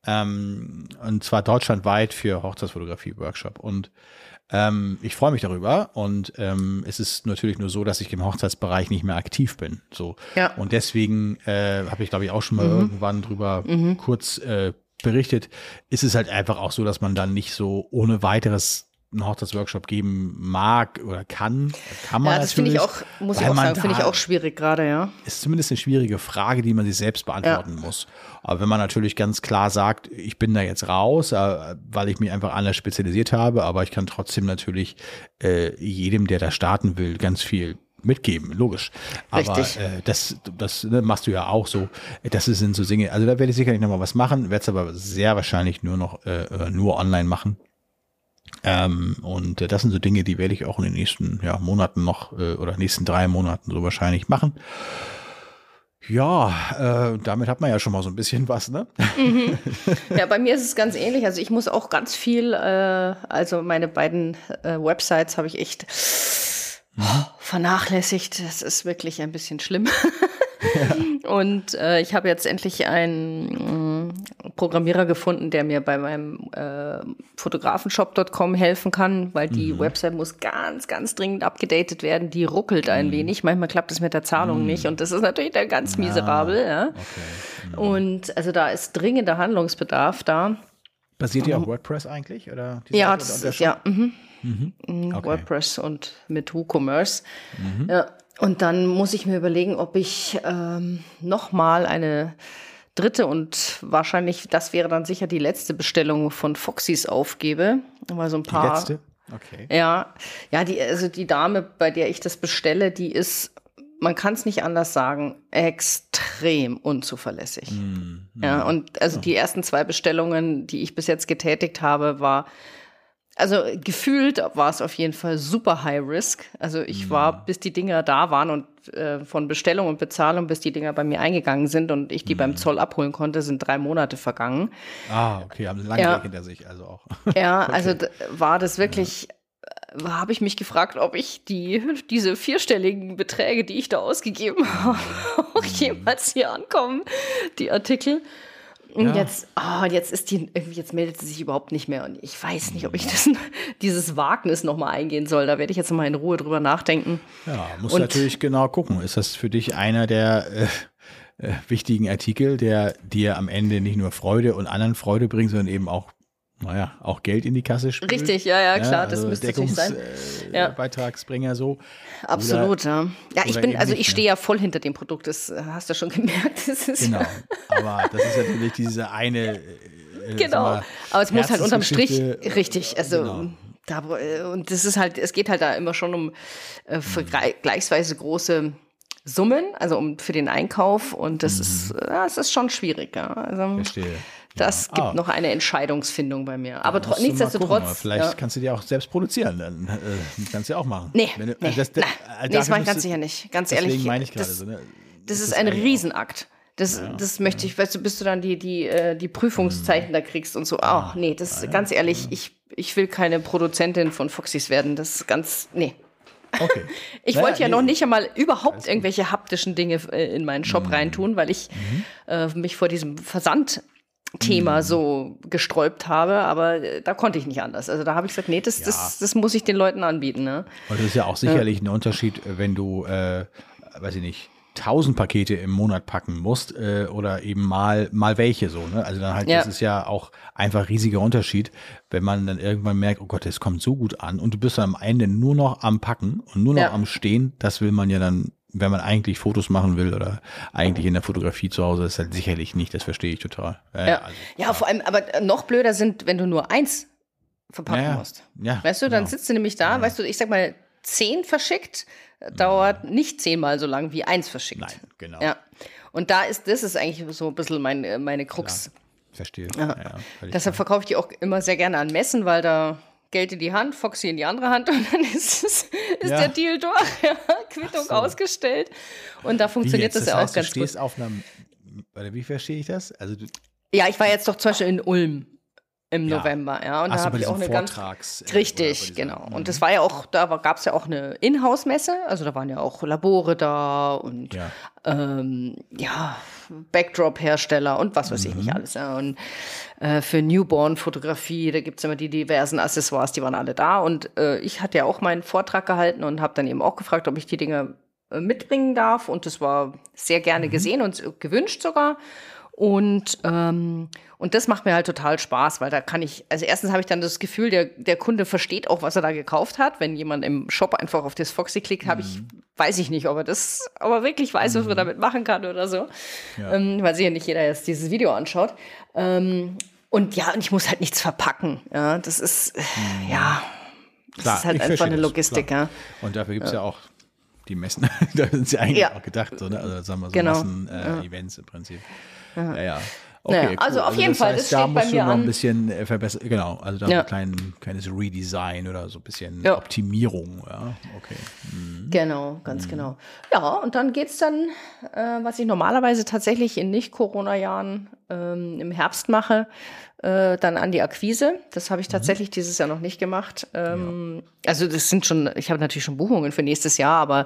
und zwar deutschlandweit für Hochzeitsfotografie-Workshop, und ich freue mich darüber, und es ist natürlich nur so, dass ich im Hochzeitsbereich nicht mehr aktiv bin. So. Ja. Und deswegen habe ich, glaube ich, auch schon mal irgendwann drüber kurz berichtet. Ist es halt einfach auch so, dass man dann nicht so ohne weiteres einen Hochzeitsworkshop geben mag oder kann man das natürlich. Finde ich auch, muss ich auch sagen, finde ich auch schwierig gerade, ja. Ist zumindest eine schwierige Frage, die man sich selbst beantworten muss. Aber wenn man natürlich ganz klar sagt, ich bin da jetzt raus, weil ich mich einfach anders spezialisiert habe, aber ich kann trotzdem natürlich jedem, der da starten will, ganz viel mitgeben, logisch. Aber das machst du ja auch so. Das sind so Dinge, also da werde ich sicherlich noch mal was machen, werde es aber sehr wahrscheinlich nur online machen. Und das sind so Dinge, die werde ich auch in den nächsten Monaten noch oder nächsten 3 Monaten so wahrscheinlich machen. Ja, damit hat man ja schon mal so ein bisschen was, ne? Ja, bei mir ist es ganz ähnlich. Also ich muss auch ganz viel, also meine beiden Websites habe ich echt vernachlässigt. Das ist wirklich ein bisschen schlimm. Ja. Und ich habe jetzt endlich einen Programmierer gefunden, der mir bei meinem Fotografenshop.com helfen kann, weil die Website muss ganz, ganz dringend abgedatet werden. Die ruckelt ein wenig. Manchmal klappt es mit der Zahlung nicht, und das ist natürlich dann ganz miserabel. Ja. Okay. Und also da ist dringender Handlungsbedarf da. Basiert die auf WordPress eigentlich? Oder ja, das ist Okay. WordPress und mit WooCommerce. Ja. Und dann muss ich mir überlegen, ob ich nochmal eine dritte und wahrscheinlich, das wäre dann sicher die letzte Bestellung von Foxys aufgebe. Mal so ein paar. Die letzte? Okay. Ja, die Dame, bei der ich das bestelle, die ist, man kann es nicht anders sagen, extrem unzuverlässig. Ja, und also die ersten 2 Bestellungen, die ich bis jetzt getätigt habe, also gefühlt war es auf jeden Fall super high risk. Also ich war, bis die Dinger da waren und von Bestellung und Bezahlung, bis die Dinger bei mir eingegangen sind und ich die beim Zoll abholen konnte, sind 3 Monate vergangen. Ah, okay, haben sie lange Weg hinter sich, also auch. Ja, okay. Also war das wirklich, habe ich mich gefragt, ob ich diese 4-stelligen Beträge, die ich da ausgegeben habe, auch jemals hier ankommen, die Artikel. Und jetzt ist jetzt meldet sie sich überhaupt nicht mehr. Und ich weiß nicht, ob ich dieses Wagnis nochmal eingehen soll. Da werde ich jetzt nochmal in Ruhe drüber nachdenken. Ja, musst natürlich genau gucken. Ist das für dich einer der wichtigen Artikel, der dir am Ende nicht nur Freude und anderen Freude bringt, sondern eben auch Geld in die Kasse spült? Richtig, ja, klar, also das müsste natürlich sein. Beitragsbringer so. Absolut, ja. Ja, ich stehe ja voll hinter dem Produkt, das hast du schon gemerkt. Genau, aber das ist natürlich diese eine genau, aber es muss halt unterm Strich, richtig, also und das ist halt, es geht halt da immer schon um vergleichsweise große Summen, also für den Einkauf und das ist schon schwierig, ja. Also, verstehe. Das gibt noch eine Entscheidungsfindung bei mir. Aber nichtsdestotrotz. Vielleicht kannst du die auch selbst produzieren. Dann kannst du ja auch machen. Nee, das mache ich ganz sicher nicht. Ganz ehrlich. Deswegen meine ich gerade so. Das ist ein Riesenakt. Das möchte ich, weißt du, bis du dann die Prüfungszeichen da kriegst und so. Ganz ehrlich, ich will keine Produzentin von Foxys werden. Das ist ganz, nee. Okay. Ich wollte noch nicht einmal überhaupt irgendwelche haptischen Dinge in meinen Shop reintun, weil ich mich vor diesem Versandthema so gesträubt habe, aber da konnte ich nicht anders. Also da habe ich gesagt, nee, das muss ich den Leuten anbieten. Ne? Und das ist ja auch sicherlich ein Unterschied, wenn du, weiß ich nicht, 1000 Pakete im Monat packen musst oder eben mal welche so. Ne? Also dann halt, das ist ja auch einfach riesiger Unterschied, wenn man dann irgendwann merkt, oh Gott, das kommt so gut an und du bist dann am Ende nur noch am Packen und nur noch am Stehen. Das will man ja dann, wenn man eigentlich Fotos machen will oder eigentlich in der Fotografie zu Hause ist, halt sicherlich nicht. Das verstehe ich total. Vor allem, aber noch blöder sind, wenn du nur eins verpacken musst. Ja, weißt du, dann sitzt du nämlich da, weißt du, ich sag mal, 10 verschickt, dauert nicht 10-mal so lang wie 1 verschickt. Nein, genau. Ja. Und das ist eigentlich so ein bisschen meine Krux. Klar. Verstehe. Ja. Deshalb verkaufe ich die auch immer sehr gerne an Messen, weil da Geld in die Hand, Foxy in die andere Hand und dann ist der Deal durch. Quittung ausgestellt. Und da funktioniert das ja auch ganz gut. Du stehst auf einem, wie verstehe ich das? Also ich war jetzt doch zum Beispiel in Ulm im November, und da habe ich auch eine Vortrags, richtig, genau. Und das war ja auch, da gab es ja auch eine Inhouse-Messe, also da waren ja auch Labore da und Backdrop-Hersteller und was weiß ich nicht alles. Ja. Und für Newborn-Fotografie, da gibt es immer die diversen Accessoires, die waren alle da. Und ich hatte ja auch meinen Vortrag gehalten und habe dann eben auch gefragt, ob ich die Dinge mitbringen darf. Und das war sehr gerne gesehen und gewünscht sogar. Und das macht mir halt total Spaß, weil da kann ich, also erstens habe ich dann das Gefühl, der Kunde versteht auch, was er da gekauft hat. Wenn jemand im Shop einfach auf das Foxy klickt, weiß ich nicht, ob er wirklich weiß, was man damit machen kann oder so. Ja. Weil sicher nicht jeder jetzt dieses Video anschaut. Und ich muss halt nichts verpacken. Ja, das ist, das ist halt einfach eine Logistik. Ja. Und dafür gibt es ja auch die Messen, da sind sie eigentlich auch gedacht, so, ne? Also sagen wir so Massen-Events im Prinzip. Ja. Okay, also auf jeden Fall, das steht bei mir noch ein bisschen verbessern, genau, also da ein kleines Redesign oder so ein bisschen Optimierung, okay. Genau, ganz genau. Ja, und dann geht's dann, was ich normalerweise tatsächlich in Nicht-Corona-Jahren im Herbst mache, dann an die Akquise. Das habe ich tatsächlich dieses Jahr noch nicht gemacht. Also das sind ich habe natürlich schon Buchungen für nächstes Jahr, aber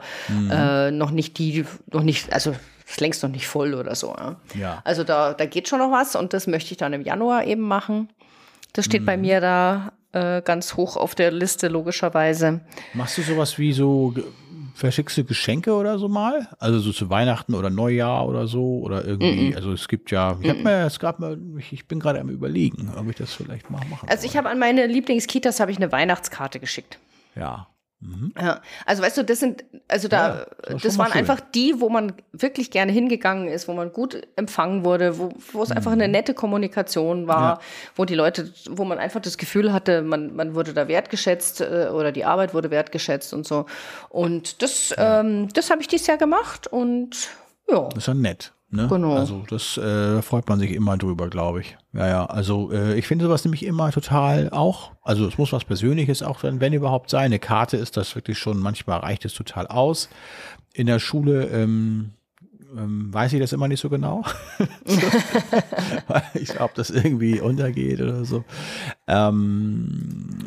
also ist längst noch nicht voll oder so. Ja. Also da geht schon noch was und das möchte ich dann im Januar eben machen. Das steht bei mir da ganz hoch auf der Liste, logischerweise. Machst du sowas wie so verschickst du Geschenke oder so mal? Also so zu Weihnachten oder Neujahr oder so? Oder irgendwie, also es gibt ja, ich bin gerade am Überlegen, ob ich das vielleicht mal machen Also ich habe an meine Lieblingskitas eine Weihnachtskarte geschickt. Ja. Ja, also weißt du, das waren einfach die, wo man wirklich gerne hingegangen ist, wo man gut empfangen wurde, wo es einfach eine nette Kommunikation war, wo man einfach das Gefühl hatte, man wurde da wertgeschätzt oder die Arbeit wurde wertgeschätzt und so. Und das habe ich dieses Jahr gemacht und ja. Das ist ja nett. Ne? Genau. Also das freut man sich immer drüber, glaube ich. Ja, also ich finde sowas nämlich immer total auch, also es muss was Persönliches auch dann, wenn überhaupt sein. Eine Karte ist das wirklich schon, manchmal reicht es total aus. In der Schule weiß ich das immer nicht so genau. Ich glaube, das irgendwie untergeht oder so.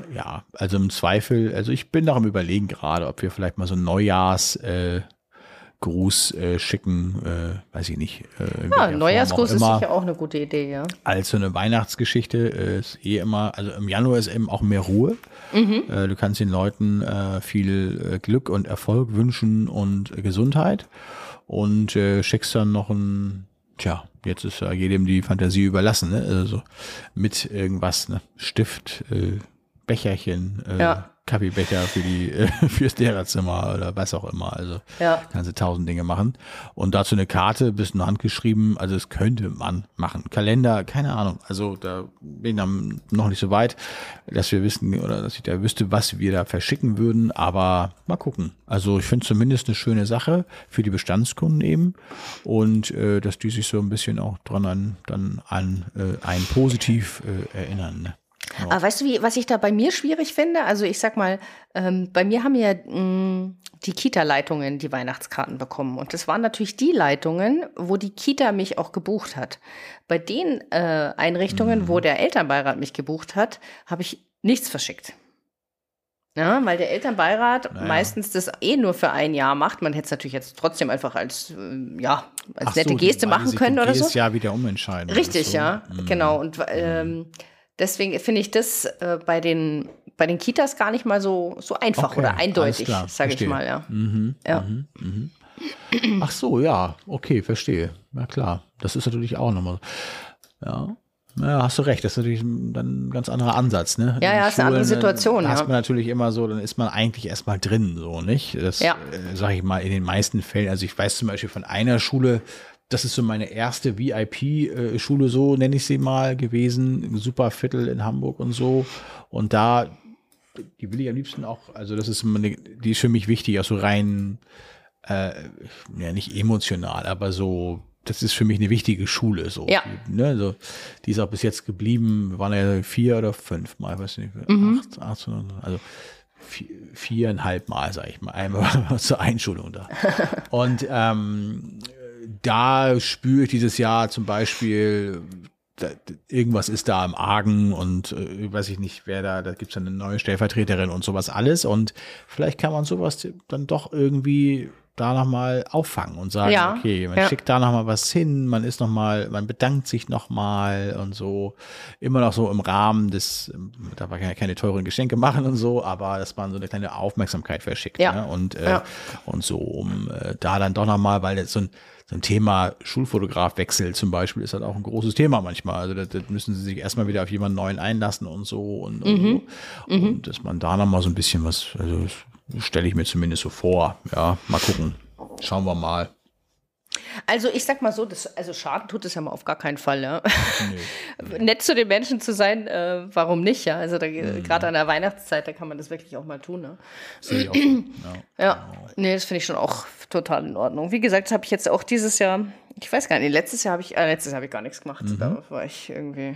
Also im Zweifel, also ich bin noch am Überlegen gerade, ob wir vielleicht mal so ein Gruß schicken, weiß ich nicht. Neujahrsgruß ist sicher auch eine gute Idee, ja. Als so eine Weihnachtsgeschichte ist immer, also im Januar ist eben auch mehr Ruhe. Du kannst den Leuten viel Glück und Erfolg wünschen und Gesundheit und schickst dann noch jetzt ist ja jedem die Fantasie überlassen, ne? Also mit irgendwas, ne? Stift, Becherchen, Kaffeebecher fürs Lehrerzimmer oder was auch immer. Also kannst du 1000 Dinge machen. Und dazu eine Karte, bisschen handgeschrieben. Also das könnte man machen. Kalender, keine Ahnung. Also da bin ich dann noch nicht so weit, dass wir wissen oder dass ich da wüsste, was wir da verschicken würden. Aber mal gucken. Also ich finde zumindest eine schöne Sache für die Bestandskunden eben. Und dass die sich so ein bisschen auch dran an ein positiv erinnern. Ne? Ja. Aber weißt du, was ich da bei mir schwierig finde? Also ich sag mal, bei mir haben ja die Kita-Leitungen die Weihnachtskarten bekommen. Und das waren natürlich die Leitungen, wo die Kita mich auch gebucht hat. Bei den Einrichtungen, wo der Elternbeirat mich gebucht hat, habe ich nichts verschickt. Ja, weil der Elternbeirat meistens das nur für ein Jahr macht. Man hätte es natürlich jetzt trotzdem einfach als nette Geste machen können oder so. Jedes Jahr wieder umentscheiden. Richtig, so. Ja, genau. Und deswegen finde ich das bei den Kitas gar nicht mal so einfach oder eindeutig, sage ich mal. Ja. Ach so, ja, okay, verstehe. Na klar, das ist natürlich auch nochmal. Ja, hast du recht, das ist natürlich dann ein ganz anderer Ansatz. Ne? Ja, ist eine andere Situation. Da hast man natürlich immer so, dann ist man eigentlich erstmal drin, so, nicht? Das sage ich mal in den meisten Fällen. Also ich weiß zum Beispiel von einer Schule, das ist so meine erste VIP-Schule, so nenne ich sie mal, gewesen. Super Viertel in Hamburg und so. Und da, die will ich am liebsten auch, also das ist die ist für mich wichtig, auch so rein, nicht emotional, aber so, das ist für mich eine wichtige Schule. So. Ja. Die ist auch bis jetzt geblieben, wir waren ja 4 oder 5 Mal, weiß nicht, 8, also 4,5 Mal, sage ich mal, einmal zur Einschulung da. Und da spüre ich dieses Jahr zum Beispiel, irgendwas ist da im Argen und weiß ich nicht, da gibt es eine neue Stellvertreterin und sowas alles und vielleicht kann man sowas dann doch irgendwie da nochmal auffangen und sagen, okay, man schickt da nochmal was hin, man bedankt sich nochmal und so, immer noch so im Rahmen da war keine teuren Geschenke machen und so, aber dass man so eine kleine Aufmerksamkeit verschickt. Ne? Und so, um da dann doch nochmal, weil jetzt so ein Thema Schulfotografwechsel zum Beispiel ist halt auch ein großes Thema manchmal. Also da müssen sie sich erstmal wieder auf jemanden neuen einlassen und so und so. Und dass man da nochmal so ein bisschen was, also das stelle ich mir zumindest so vor. Ja, mal gucken. Schauen wir mal. Also ich sag mal so, also Schaden tut es ja mal auf gar keinen Fall. Ja? Nee. Nett zu den Menschen zu sein, warum nicht? Ja? Also gerade an der Weihnachtszeit, da kann man das wirklich auch mal tun. Ne? Sehe ich auch so. Ja. Nee, das finde ich schon auch total in Ordnung. Wie gesagt, das habe ich jetzt auch dieses Jahr, ich weiß gar nicht, letztes Jahr habe ich gar nichts gemacht. Da war ich irgendwie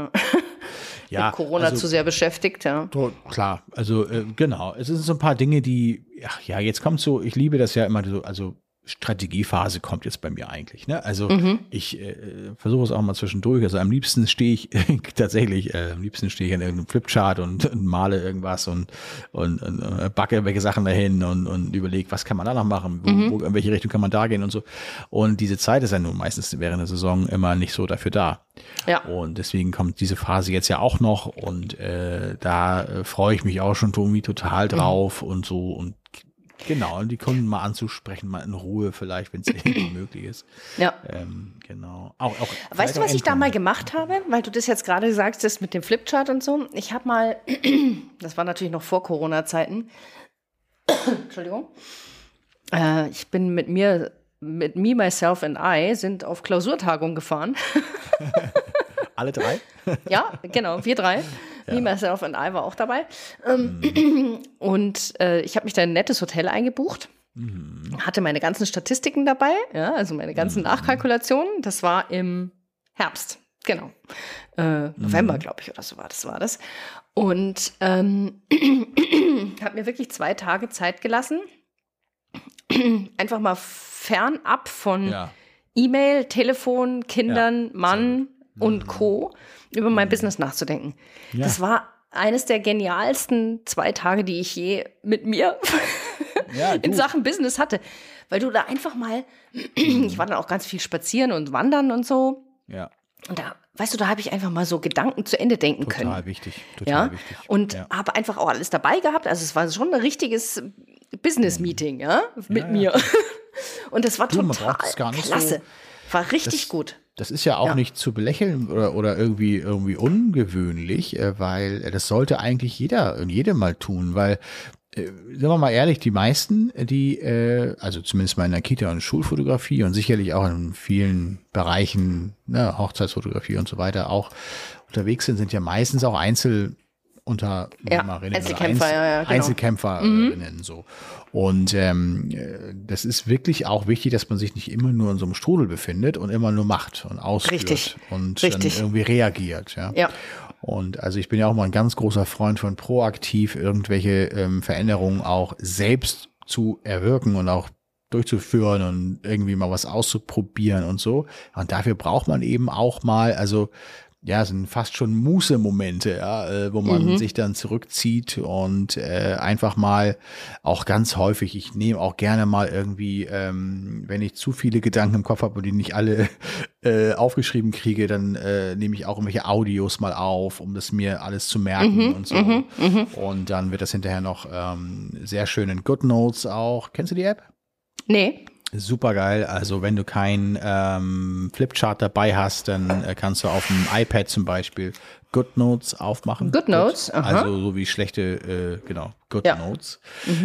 mit Corona zu sehr beschäftigt. Ja. Klar, also genau. Es sind so ein paar Dinge, die, jetzt kommt so, ich liebe das ja immer so, also Strategiephase kommt jetzt bei mir eigentlich. Ne? Also ich versuche es auch mal zwischendurch. Also am liebsten stehe ich tatsächlich, an irgendeinem Flipchart und male irgendwas und backe irgendwelche Sachen dahin und überlege, was kann man da noch machen, in welche Richtung kann man da gehen und so. Und diese Zeit ist ja nun meistens während der Saison immer nicht so dafür da. Ja. Und deswegen kommt diese Phase jetzt ja auch noch und da freue ich mich auch schon irgendwie total drauf und so und genau, und die Kunden mal anzusprechen, mal in Ruhe vielleicht, wenn es irgendwie möglich ist. Ja. Genau. Weißt du, was ich da mal gemacht habe? Weil du das jetzt gerade sagst, mit dem Flipchart und so. Ich habe mal, das war natürlich noch vor Corona-Zeiten, Entschuldigung, ich bin mit Me, Myself and I sind auf Klausurtagung gefahren. Alle 3? Ja, genau, wir 3. Me, Myself and I war auch dabei. Und ich habe mich da in ein nettes Hotel eingebucht. Hatte meine ganzen Statistiken dabei, also meine ganzen Nachkalkulationen. Das war im Herbst, genau. November, glaube ich, oder so war das. Und habe mir wirklich 2 Tage Zeit gelassen. Einfach mal fernab von E-Mail, Telefon, Kindern, Mann und Co. über mein Business nachzudenken. Ja. Das war eines der genialsten 2 Tage, die ich je mit mir in Sachen Business hatte. Weil du da einfach mal, ich war dann auch ganz viel spazieren und wandern und so. Ja. Und da, weißt du, da habe ich einfach mal so Gedanken zu Ende denken können. Total wichtig. Wichtig. Und habe einfach auch alles dabei gehabt. Also es war schon ein richtiges Business-Meeting, mit mir. Und das war total klasse. War richtig gut. Das ist ja auch nicht zu belächeln oder irgendwie ungewöhnlich, weil das sollte eigentlich jeder und jede mal tun, weil sagen wir mal ehrlich, die meisten, die, also zumindest mal in der Kita- und Schulfotografie und sicherlich auch in vielen Bereichen, ne, Hochzeitsfotografie und so weiter, auch unterwegs sind ja meistens auch Einzelunternehmerinnen, Einzelkämpfer, genau. Einzelkämpferinnen so. Und das ist wirklich auch wichtig, dass man sich nicht immer nur in so einem Strudel befindet und immer nur macht und ausführt und dann irgendwie reagiert. Ja. Und also ich bin ja auch mal ein ganz großer Freund von proaktiv irgendwelche Veränderungen auch selbst zu erwirken und auch durchzuführen und irgendwie mal was auszuprobieren und so. Und dafür braucht man eben auch mal, also ja, sind fast schon Muße-Momente, wo man sich dann zurückzieht und einfach mal auch ganz häufig, ich nehme auch gerne mal irgendwie, wenn ich zu viele Gedanken im Kopf habe und die nicht alle aufgeschrieben kriege, dann nehme ich auch irgendwelche Audios mal auf, um das mir alles zu merken und so. Und dann wird das hinterher noch sehr schön in GoodNotes auch. Kennst du die App? Nee. Super geil. Also wenn du kein Flipchart dabei hast, dann kannst du auf dem iPad zum Beispiel GoodNotes aufmachen. GoodNotes? Also so wie schlechte, GoodNotes.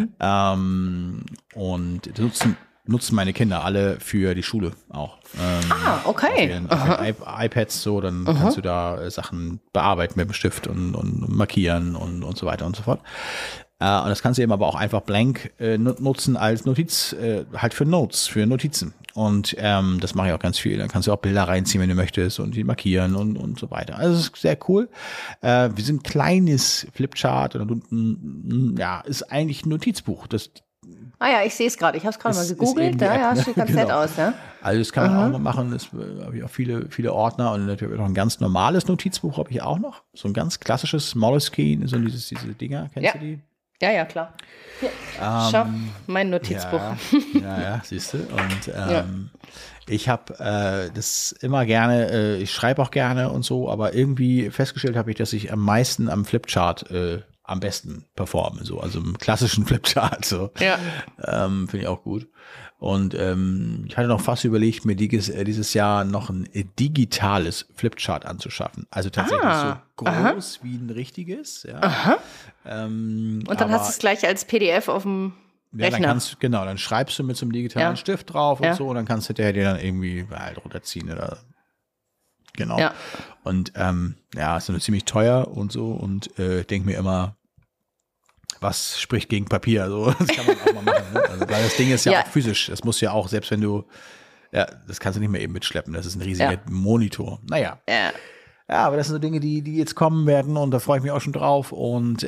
Und nutzen meine Kinder alle für die Schule auch. Okay. Auf ihren iPads so, dann kannst du da Sachen bearbeiten mit dem Stift und markieren und so weiter und so fort. Und das kannst du eben aber auch einfach blank nutzen als Notiz, halt für Notes, für Notizen. Und das mache ich auch ganz viel. Dann kannst du auch Bilder reinziehen, wenn du möchtest und die markieren und so weiter. Also das ist sehr cool. Wir sind ein kleines Flipchart und unten, ist eigentlich ein Notizbuch. Das ich sehe es gerade. Ich habe es gerade mal gegoogelt. Ja, sieht ganz nett aus. Ja? Also das kann man auch noch machen. Das habe ich auch viele Ordner und natürlich noch ein ganz normales Notizbuch habe ich auch noch. So ein ganz klassisches Moleskine, so diese Dinger. Kennst du die? Ja, klar. Hier, schau, mein Notizbuch. Ja, siehst du. Und ich habe das immer gerne, ich schreibe auch gerne und so, aber irgendwie festgestellt habe ich, dass ich am meisten am Flipchart am besten performe, so, also im klassischen Flipchart, so. Ja. Finde ich auch gut. Und ich hatte noch fast überlegt, mir dieses Jahr noch ein digitales Flipchart anzuschaffen. Also tatsächlich so groß wie ein richtiges. Ja. Und dann hast du es gleich als PDF auf dem Rechner. Dann schreibst du mit so einem digitalen Stift drauf und so und dann kannst du dir dann irgendwie halt runterziehen oder genau. Ja. Und ist dann ziemlich teuer und so und denke mir immer, was spricht gegen Papier? So, das kann man auch mal machen. Ne? Also, weil das Ding ist ja auch physisch. Das muss ja auch, selbst wenn du, das kannst du nicht mehr eben mitschleppen. Das ist ein riesiger Monitor. Naja. Ja, aber das sind so Dinge, die jetzt kommen werden und da freue ich mich auch schon drauf. Und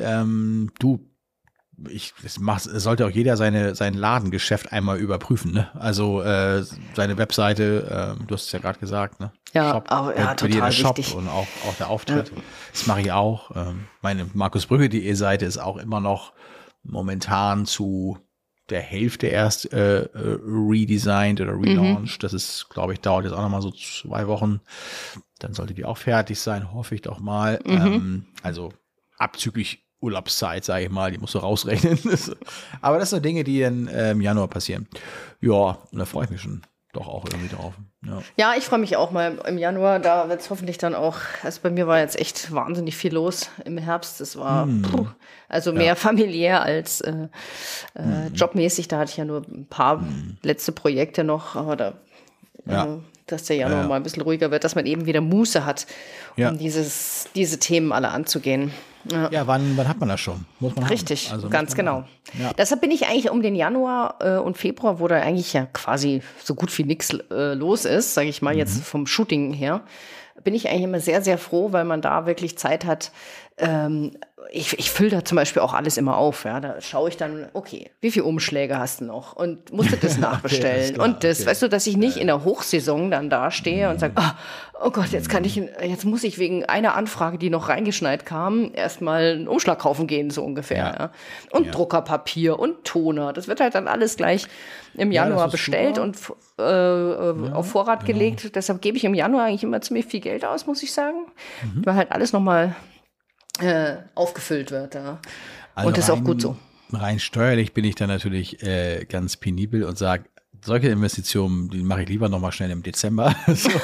sollte auch jeder sein Ladengeschäft einmal überprüfen. Ne? Also seine Webseite, du hast es ja gerade gesagt, ne? Ja, Shop, total Shop wichtig. Und auch der Auftritt. Ja. Das mache ich auch. Meine markusbrügge.de Seite ist auch immer noch momentan zu der Hälfte erst redesigned oder relaunched. Das ist, glaube ich, dauert jetzt auch noch mal so 2 Wochen. Dann sollte die auch fertig sein, hoffe ich doch mal. Also abzüglich Urlaubszeit, sage ich mal, die musst du rausrechnen. Aber das sind Dinge, die dann im Januar passieren. Ja, und da freue ich mich schon doch auch irgendwie drauf. Ja, ich freue mich auch mal im Januar. Da wird es hoffentlich dann auch, also bei mir war jetzt echt wahnsinnig viel los im Herbst. Es war mehr familiär als jobmäßig. Da hatte ich ja nur ein paar letzte Projekte noch, aber dass der Januar mal ein bisschen ruhiger wird, dass man eben wieder Muße hat, um diese Themen alle anzugehen. Ja, wann hat man das schon? Muss man Richtig, haben. Also ganz genau. Ja. Deshalb bin ich eigentlich um den Januar und Februar, wo da eigentlich ja quasi so gut wie nichts los ist, sage ich mal jetzt vom Shooting her, bin ich eigentlich immer sehr, sehr froh, weil man da wirklich Zeit hat. Ich fülle da zum Beispiel auch alles immer auf. Ja? Da schaue ich dann, okay, wie viele Umschläge hast du noch? Und musst du das nachbestellen? Und das, weißt du, dass ich nicht in der Hochsaison dann dastehe und sage, oh Gott, jetzt muss ich wegen einer Anfrage, die noch reingeschneit kam, erstmal einen Umschlag kaufen gehen, so ungefähr. Ja. Und Druckerpapier und Toner. Das wird halt dann alles gleich im Januar bestellt und auf Vorrat gelegt. Deshalb gebe ich im Januar eigentlich immer ziemlich viel Geld aus, muss ich sagen. Weil halt alles nochmal aufgefüllt wird. Ja. Also und das ist auch gut so. Rein steuerlich bin ich dann natürlich ganz penibel und sage, solche Investitionen, die mache ich lieber nochmal schnell im Dezember.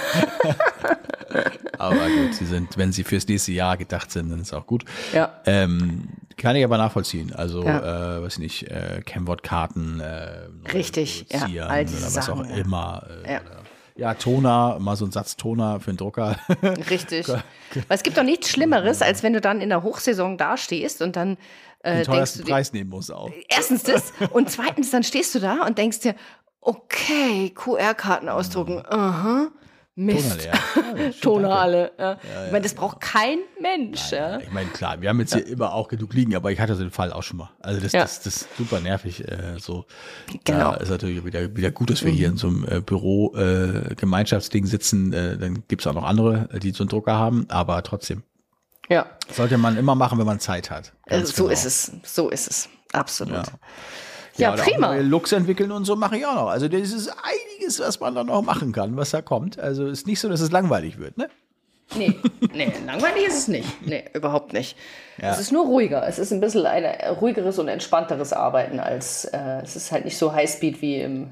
Aber gut, wenn sie fürs nächste Jahr gedacht sind, dann ist auch gut. Ja. Kann ich aber nachvollziehen. Also, weiß ich nicht, Chemwort-Karten, richtig, Zieren all diese oder was Sachen, auch immer. Toner, mal so ein Satz Toner für einen Drucker. Richtig. Weil es gibt doch nichts Schlimmeres, als wenn du dann in der Hochsaison dastehst und dann den teuersten Preis nehmen musst auch. Erstens das und zweitens, dann stehst du da und denkst dir, okay, QR-Karten ausdrucken, Mist. Toner alle. Ja. Ich meine, das braucht kein Mensch. Nein, ich meine, klar, wir haben jetzt hier immer auch genug liegen, aber ich hatte den Fall auch schon mal. Also das ist super nervig. So. Genau. Da ist natürlich wieder gut, dass wir hier in so einem Büro-Gemeinschaftsding sitzen. Dann gibt es auch noch andere, die so einen Drucker haben, aber trotzdem. Ja. Sollte man immer machen, wenn man Zeit hat. So ist es. Absolut. Ja, prima. Neue Looks entwickeln und so mache ich auch noch. Also das ist einiges, was man da noch machen kann, was da kommt. Also ist nicht so, dass es langweilig wird, ne? Nee, langweilig ist es nicht. Nee, überhaupt nicht. Ja. Es ist nur ruhiger. Es ist ein bisschen ein ruhigeres und entspannteres Arbeiten als, es ist halt nicht so Highspeed wie in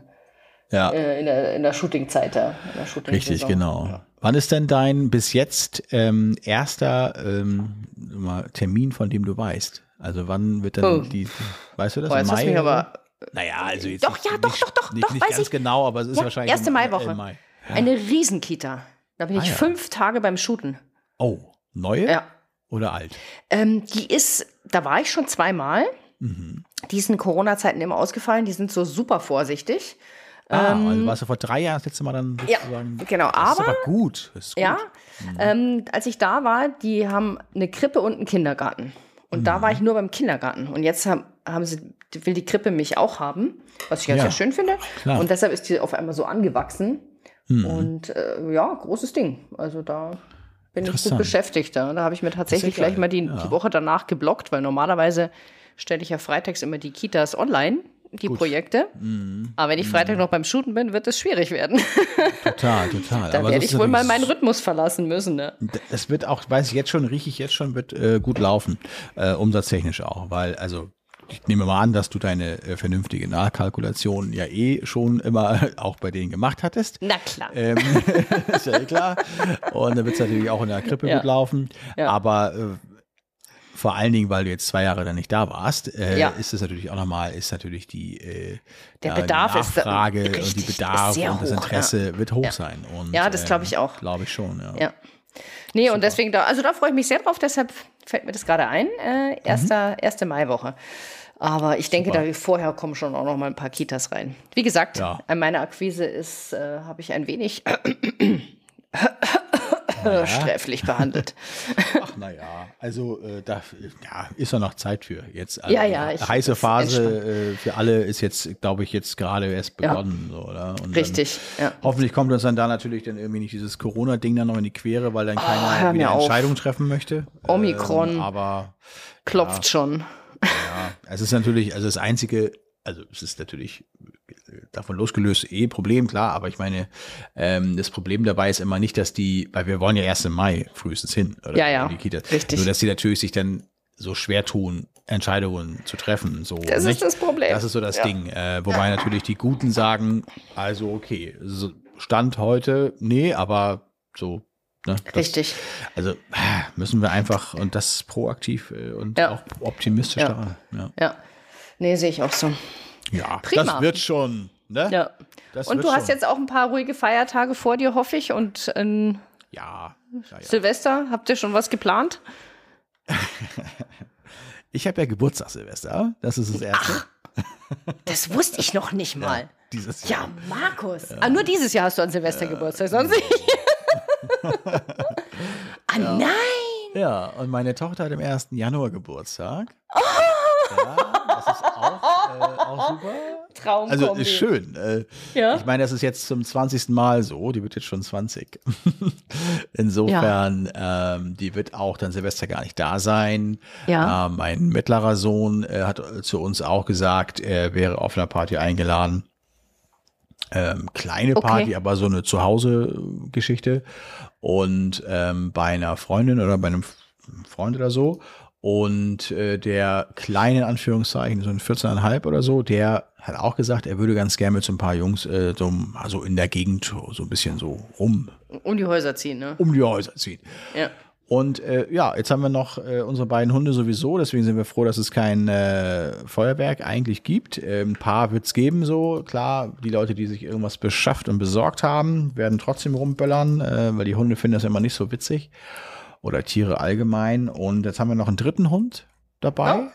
der Shooting-Zeit. Richtig, genau. Ja. Wann ist denn dein bis jetzt erster Termin, von dem du weißt? Also wann wird dann weißt du das? Im Mai? Naja, also jetzt doch, nicht weiß ganz ich. Genau, aber es ist wahrscheinlich erste Maiwoche. Mai. Ja. Eine Riesenkita. Da bin ich 5 Tage beim Shooten. Oh, neue? Ja. Oder alt? Da war ich schon 2-mal. Die sind in Corona-Zeiten immer ausgefallen. Die sind so super vorsichtig. Also warst du vor 3 Jahren das letzte Mal dann sozusagen. Ja, genau. Das ist aber gut. Das ist gut. Ja, als ich da war, die haben eine Krippe und einen Kindergarten. Und da war ich nur beim Kindergarten. Und jetzt will die Krippe mich auch haben, was ich ganz sehr schön finde. Klar. Und deshalb ist die auf einmal so angewachsen. Und großes Ding. Also da bin ich gut beschäftigt. Da habe ich mir tatsächlich gleich mal die Woche danach geblockt, weil normalerweise stelle ich ja freitags immer die Kitas online, die Projekte. Aber wenn ich Freitag noch beim Shooten bin, wird es schwierig werden. Total. Da werde ich wohl mal meinen Rhythmus verlassen müssen. Ne? Das wird auch, weiß ich jetzt schon, wird gut laufen, umsatztechnisch auch, weil, also ich nehme mal an, dass du deine vernünftige Nachkalkulation ja schon immer auch bei denen gemacht hattest. Na klar. Ist ja klar. Und dann wird es natürlich auch in der Krippe gut laufen. Ja. Aber vor allen Dingen, weil du jetzt 2 Jahre dann nicht da warst, ist es natürlich auch nochmal, die Bedarf die Nachfrage ist richtig, und die Bedarf und das Interesse wird hoch sein. Und, das glaube ich auch. Glaube ich schon, ja. Nee, super. Und deswegen, da freue ich mich sehr drauf, deshalb fällt mir das gerade ein, erste Maiwoche. Aber ich denke, da vorher kommen schon auch noch mal ein paar Kitas rein. Wie gesagt, an meiner Akquise habe ich ein wenig sträflich behandelt. Ach, naja, also da ist ja noch Zeit für jetzt. Also, heiße Phase für alle ist jetzt, glaube ich, jetzt gerade erst begonnen. So, oder? Und richtig, hoffentlich kommt uns dann da natürlich dann irgendwie nicht dieses Corona-Ding dann noch in die Quere, weil dann keiner wieder Entscheidungen treffen möchte. Omikron aber klopft schon. Ja, es ist natürlich, also das Einzige, also es ist natürlich davon losgelöst Problem, klar, aber ich meine, das Problem dabei ist immer nicht, dass weil wir wollen ja erst im Mai frühestens hin, oder? In die Kita. Richtig. Nur, dass die natürlich sich dann so schwer tun, Entscheidungen zu treffen. So, das ist das Problem. Das ist so das Ding. Wobei natürlich die Guten sagen, also okay, Stand heute, nee, aber so. Ne, richtig. Also müssen wir einfach und das proaktiv und auch optimistisch daran. Ja. Nee, sehe ich auch so. Ja, prima. Das wird schon. Ne? Ja. Und du hast jetzt auch ein paar ruhige Feiertage vor dir, hoffe ich. Und Silvester, habt ihr schon was geplant? Ich habe ja Geburtstag, Silvester. Das ist das Erste. Ach, das wusste ich noch nicht mal. Dieses Jahr. Ja, Markus. Nur dieses Jahr hast du an Silvester Geburtstag, sonst nicht. Nein! Ja, und meine Tochter hat am 1. Januar Geburtstag. Ja, das ist auch super. Also ist schön. Ja. Ich meine, das ist jetzt zum 20. Mal so. Die wird jetzt schon 20. Insofern, die wird auch dann Silvester gar nicht da sein. Ja. Mein mittlerer Sohn hat zu uns auch gesagt, er wäre auf einer Party eingeladen. Kleine Party, aber so eine Zuhause-Geschichte. Und bei einer Freundin oder bei einem Freund oder so. Und der kleine, in Anführungszeichen, so ein 14,5 oder so, der hat auch gesagt, er würde ganz gerne mit so ein paar Jungs also in der Gegend so ein bisschen so um die Häuser ziehen, ne? Um die Häuser ziehen. Ja. Und jetzt haben wir noch unsere beiden Hunde sowieso, deswegen sind wir froh, dass es kein Feuerwerk eigentlich gibt. Ein paar wird es geben so, klar, die Leute, die sich irgendwas beschafft und besorgt haben, werden trotzdem rumböllern, weil die Hunde finden das immer nicht so witzig. Oder Tiere allgemein. Und jetzt haben wir noch einen dritten Hund dabei,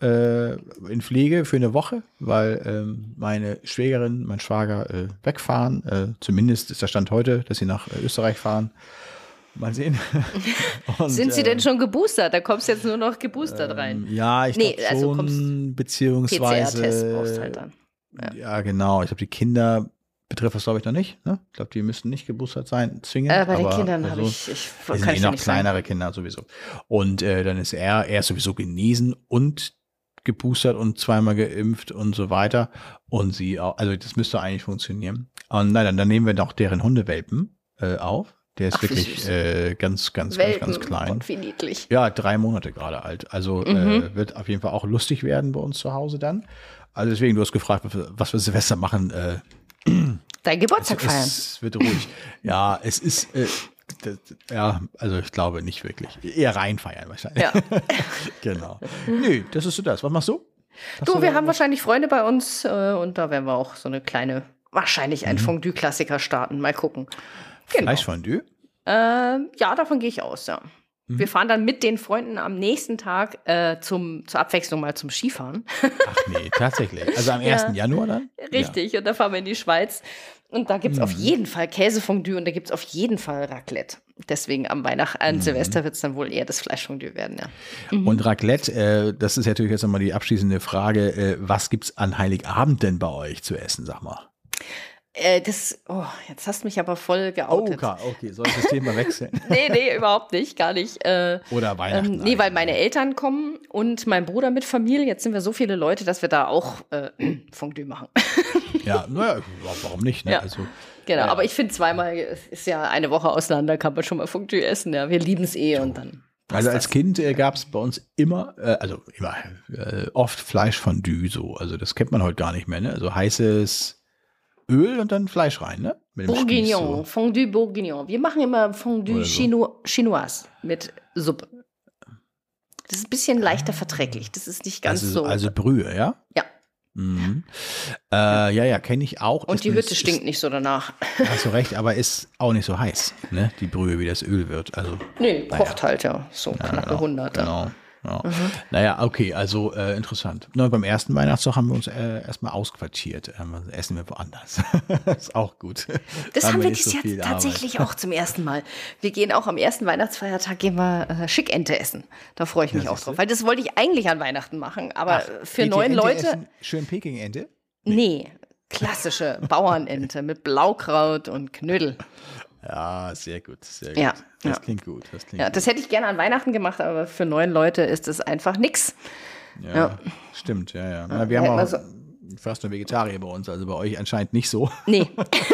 in Pflege für eine Woche, weil meine Schwägerin, mein Schwager wegfahren. Zumindest ist der Stand heute, dass sie nach Österreich fahren. Mal sehen. Und, sind sie denn schon geboostert? Da kommst du jetzt nur noch geboostert rein. Ja, ich glaube schon, also beziehungsweise PCR-Test brauchst du halt dann. Ja, genau. Ich glaube, die Kinder betrifft das, glaube ich, noch nicht. Ne? Ich glaube, die müssten nicht geboostert sein, zwingend. Bei den Kindern habe ich kann ich noch kleinere sagen. Kinder sowieso. Und dann ist er ist sowieso genesen und geboostert und zweimal geimpft und so weiter. Und sie auch, also das müsste eigentlich funktionieren. Und nein, dann nehmen wir noch deren Hundewelpen auf. Der ist wirklich ganz klein. Und wie niedlich. Ja, 3 Monate gerade alt. Also wird auf jeden Fall auch lustig werden bei uns zu Hause dann. Also deswegen, du hast gefragt, was wir Silvester machen. Dein Geburtstag feiern. Es wird ruhig. Ja, es ist, also ich glaube nicht wirklich. Eher reinfeiern wahrscheinlich. Ja. Genau. Nö, das ist so das. Was machst du? Wir haben wahrscheinlich Freunde bei uns und da werden wir auch so eine kleine, wahrscheinlich ein Fondue-Klassiker starten. Mal gucken. Genau. Fleischfondue? Ja, davon gehe ich aus, ja. Wir fahren dann mit den Freunden am nächsten Tag zur Abwechslung mal zum Skifahren. Ach nee, tatsächlich. Also am 1. Januar dann? Richtig, und da fahren wir in die Schweiz. Und da gibt es auf jeden Fall Käsefondue und da gibt es auf jeden Fall Raclette. Deswegen an Silvester wird es dann wohl eher das Fleischfondue werden, ja. Und Raclette, das ist natürlich jetzt nochmal die abschließende Frage. Was gibt es an Heiligabend denn bei euch zu essen, sag mal? Jetzt hast du mich aber voll geoutet. Okay, soll ich das Thema wechseln? Nee, überhaupt nicht, gar nicht. Oder Weihnachten. Nee, weil meine Eltern kommen und mein Bruder mit Familie. Jetzt sind wir so viele Leute, dass wir da auch Fondue machen. Ja, naja, warum nicht? Ne? Ja, also, genau, aber ich finde zweimal, ist ja eine Woche auseinander, kann man schon mal Fondue essen. Ja, wir lieben es und dann. Also als Kind gab es bei uns immer oft Fleischfondue so. Also das kennt man heute gar nicht mehr, ne? Also heißes Öl und dann Fleisch rein, ne? Bourguignon, so. Fondue Bourguignon. Wir machen immer Fondue so. Chinoise mit Suppe. Das ist ein bisschen leichter verträglich. Das ist nicht ganz so. Also Brühe, ja? Ja. Mhm. Ja, kenne ich auch. Und die Hütte stinkt nicht so danach. Hast du recht, aber ist auch nicht so heiß, ne? Die Brühe, wie das Öl wird. Also, nee, kocht halt ja so knappe 100. Genau. Ja. Naja, okay, also interessant. Beim ersten Weihnachtstag haben wir uns erstmal ausquartiert. Essen wir woanders. Ist auch gut. Das haben wir dieses Jahr tatsächlich auch zum ersten Mal. Wir gehen auch am ersten Weihnachtsfeiertag Schickente essen. Da freue ich mich auch drauf. Weil das wollte ich eigentlich an Weihnachten machen. Aber für 9 Leute. Essen? Schön Peking-Ente? Nee, klassische Bauernente mit Blaukraut und Knödel. Ja, sehr gut, sehr gut. Ja, das klingt gut. Das hätte ich gerne an Weihnachten gemacht, aber für 9 Leute ist es einfach nix. Ja, stimmt, ja. Na, wir haben auch fast nur Vegetarier bei uns, also bei euch anscheinend nicht so. Nee.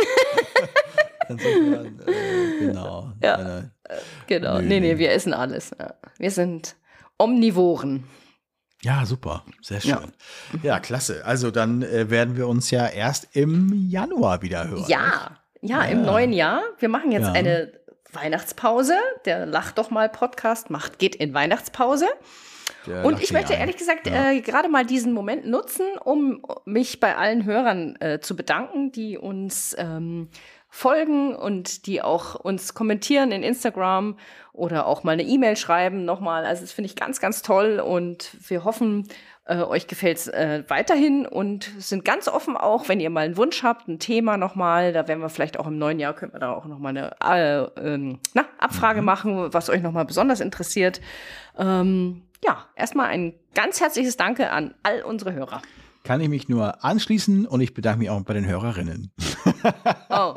Insofern, genau. Ja, genau. Nee, wir essen alles. Ja. Wir sind Omnivoren. Ja, super. Sehr schön. Ja, klasse. Also dann werden wir uns ja erst im Januar wieder hören. Ja, im neuen Jahr. Wir machen jetzt eine Weihnachtspause. Der Lach doch mal Podcast geht in Weihnachtspause. Und ich möchte ehrlich gesagt gerade mal diesen Moment nutzen, um mich bei allen Hörern zu bedanken, die uns folgen und die auch uns kommentieren in Instagram oder auch mal eine E-Mail schreiben nochmal. Also das finde ich ganz, ganz toll und wir hoffen, euch gefällt es weiterhin und sind ganz offen auch, wenn ihr mal einen Wunsch habt, ein Thema nochmal, da werden wir vielleicht auch im neuen Jahr, können wir da auch nochmal eine Abfrage machen, was euch nochmal besonders interessiert. Erstmal ein ganz herzliches Danke an all unsere Hörer. kann ich mich nur anschließen und ich bedanke mich auch bei den Hörerinnen. Oh.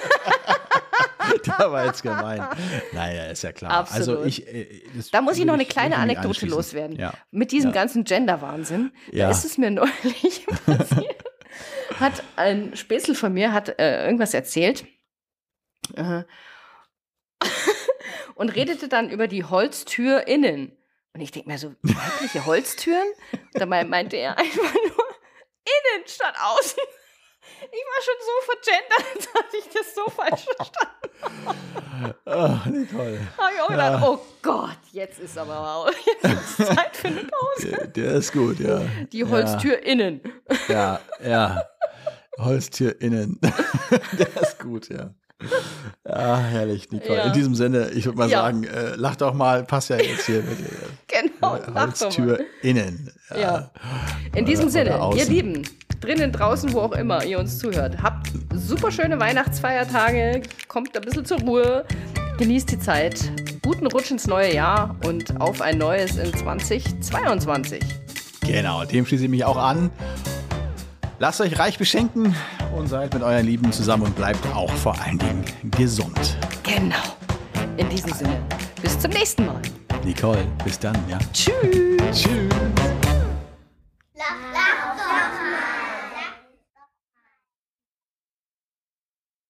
Der war jetzt gemein. Naja, ist ja klar. Absolut. Also da muss ich noch eine kleine Anekdote loswerden. Ja. Mit diesem ganzen Gender-Wahnsinn, da ist es mir neulich passiert. Hat ein Spätzl von mir irgendwas erzählt und redete dann über die Holztür innen. Und ich denke mir so, weibliche Holztüren? Und dann meinte er einfach nur innen statt außen. Ich war schon so vergendert, dass ich das so falsch verstanden habe. Oh, toll. Habe ich auch gedacht, oh Gott, jetzt ist Zeit für eine Pause. Der ist gut, ja. Die Holztür innen. Ja. Holztür innen. Der ist gut, ja. Ja, herrlich, Nicole. Ja. In diesem Sinne, ich würde mal sagen, lach doch mal, passt ja jetzt hier mit Genau, Holztür innen. Ja. In diesem Sinne, ihr Lieben, drinnen, draußen, wo auch immer ihr uns zuhört, habt super schöne Weihnachtsfeiertage, kommt ein bisschen zur Ruhe, genießt die Zeit, guten Rutsch ins neue Jahr und auf ein neues in 2022. Genau, dem schließe ich mich auch an. Lasst euch reich beschenken und seid mit euren Lieben zusammen und bleibt auch vor allen Dingen gesund. Genau. In diesem Sinne, bis zum nächsten Mal. Nicole, bis dann, ja. Tschüss. Tschüss.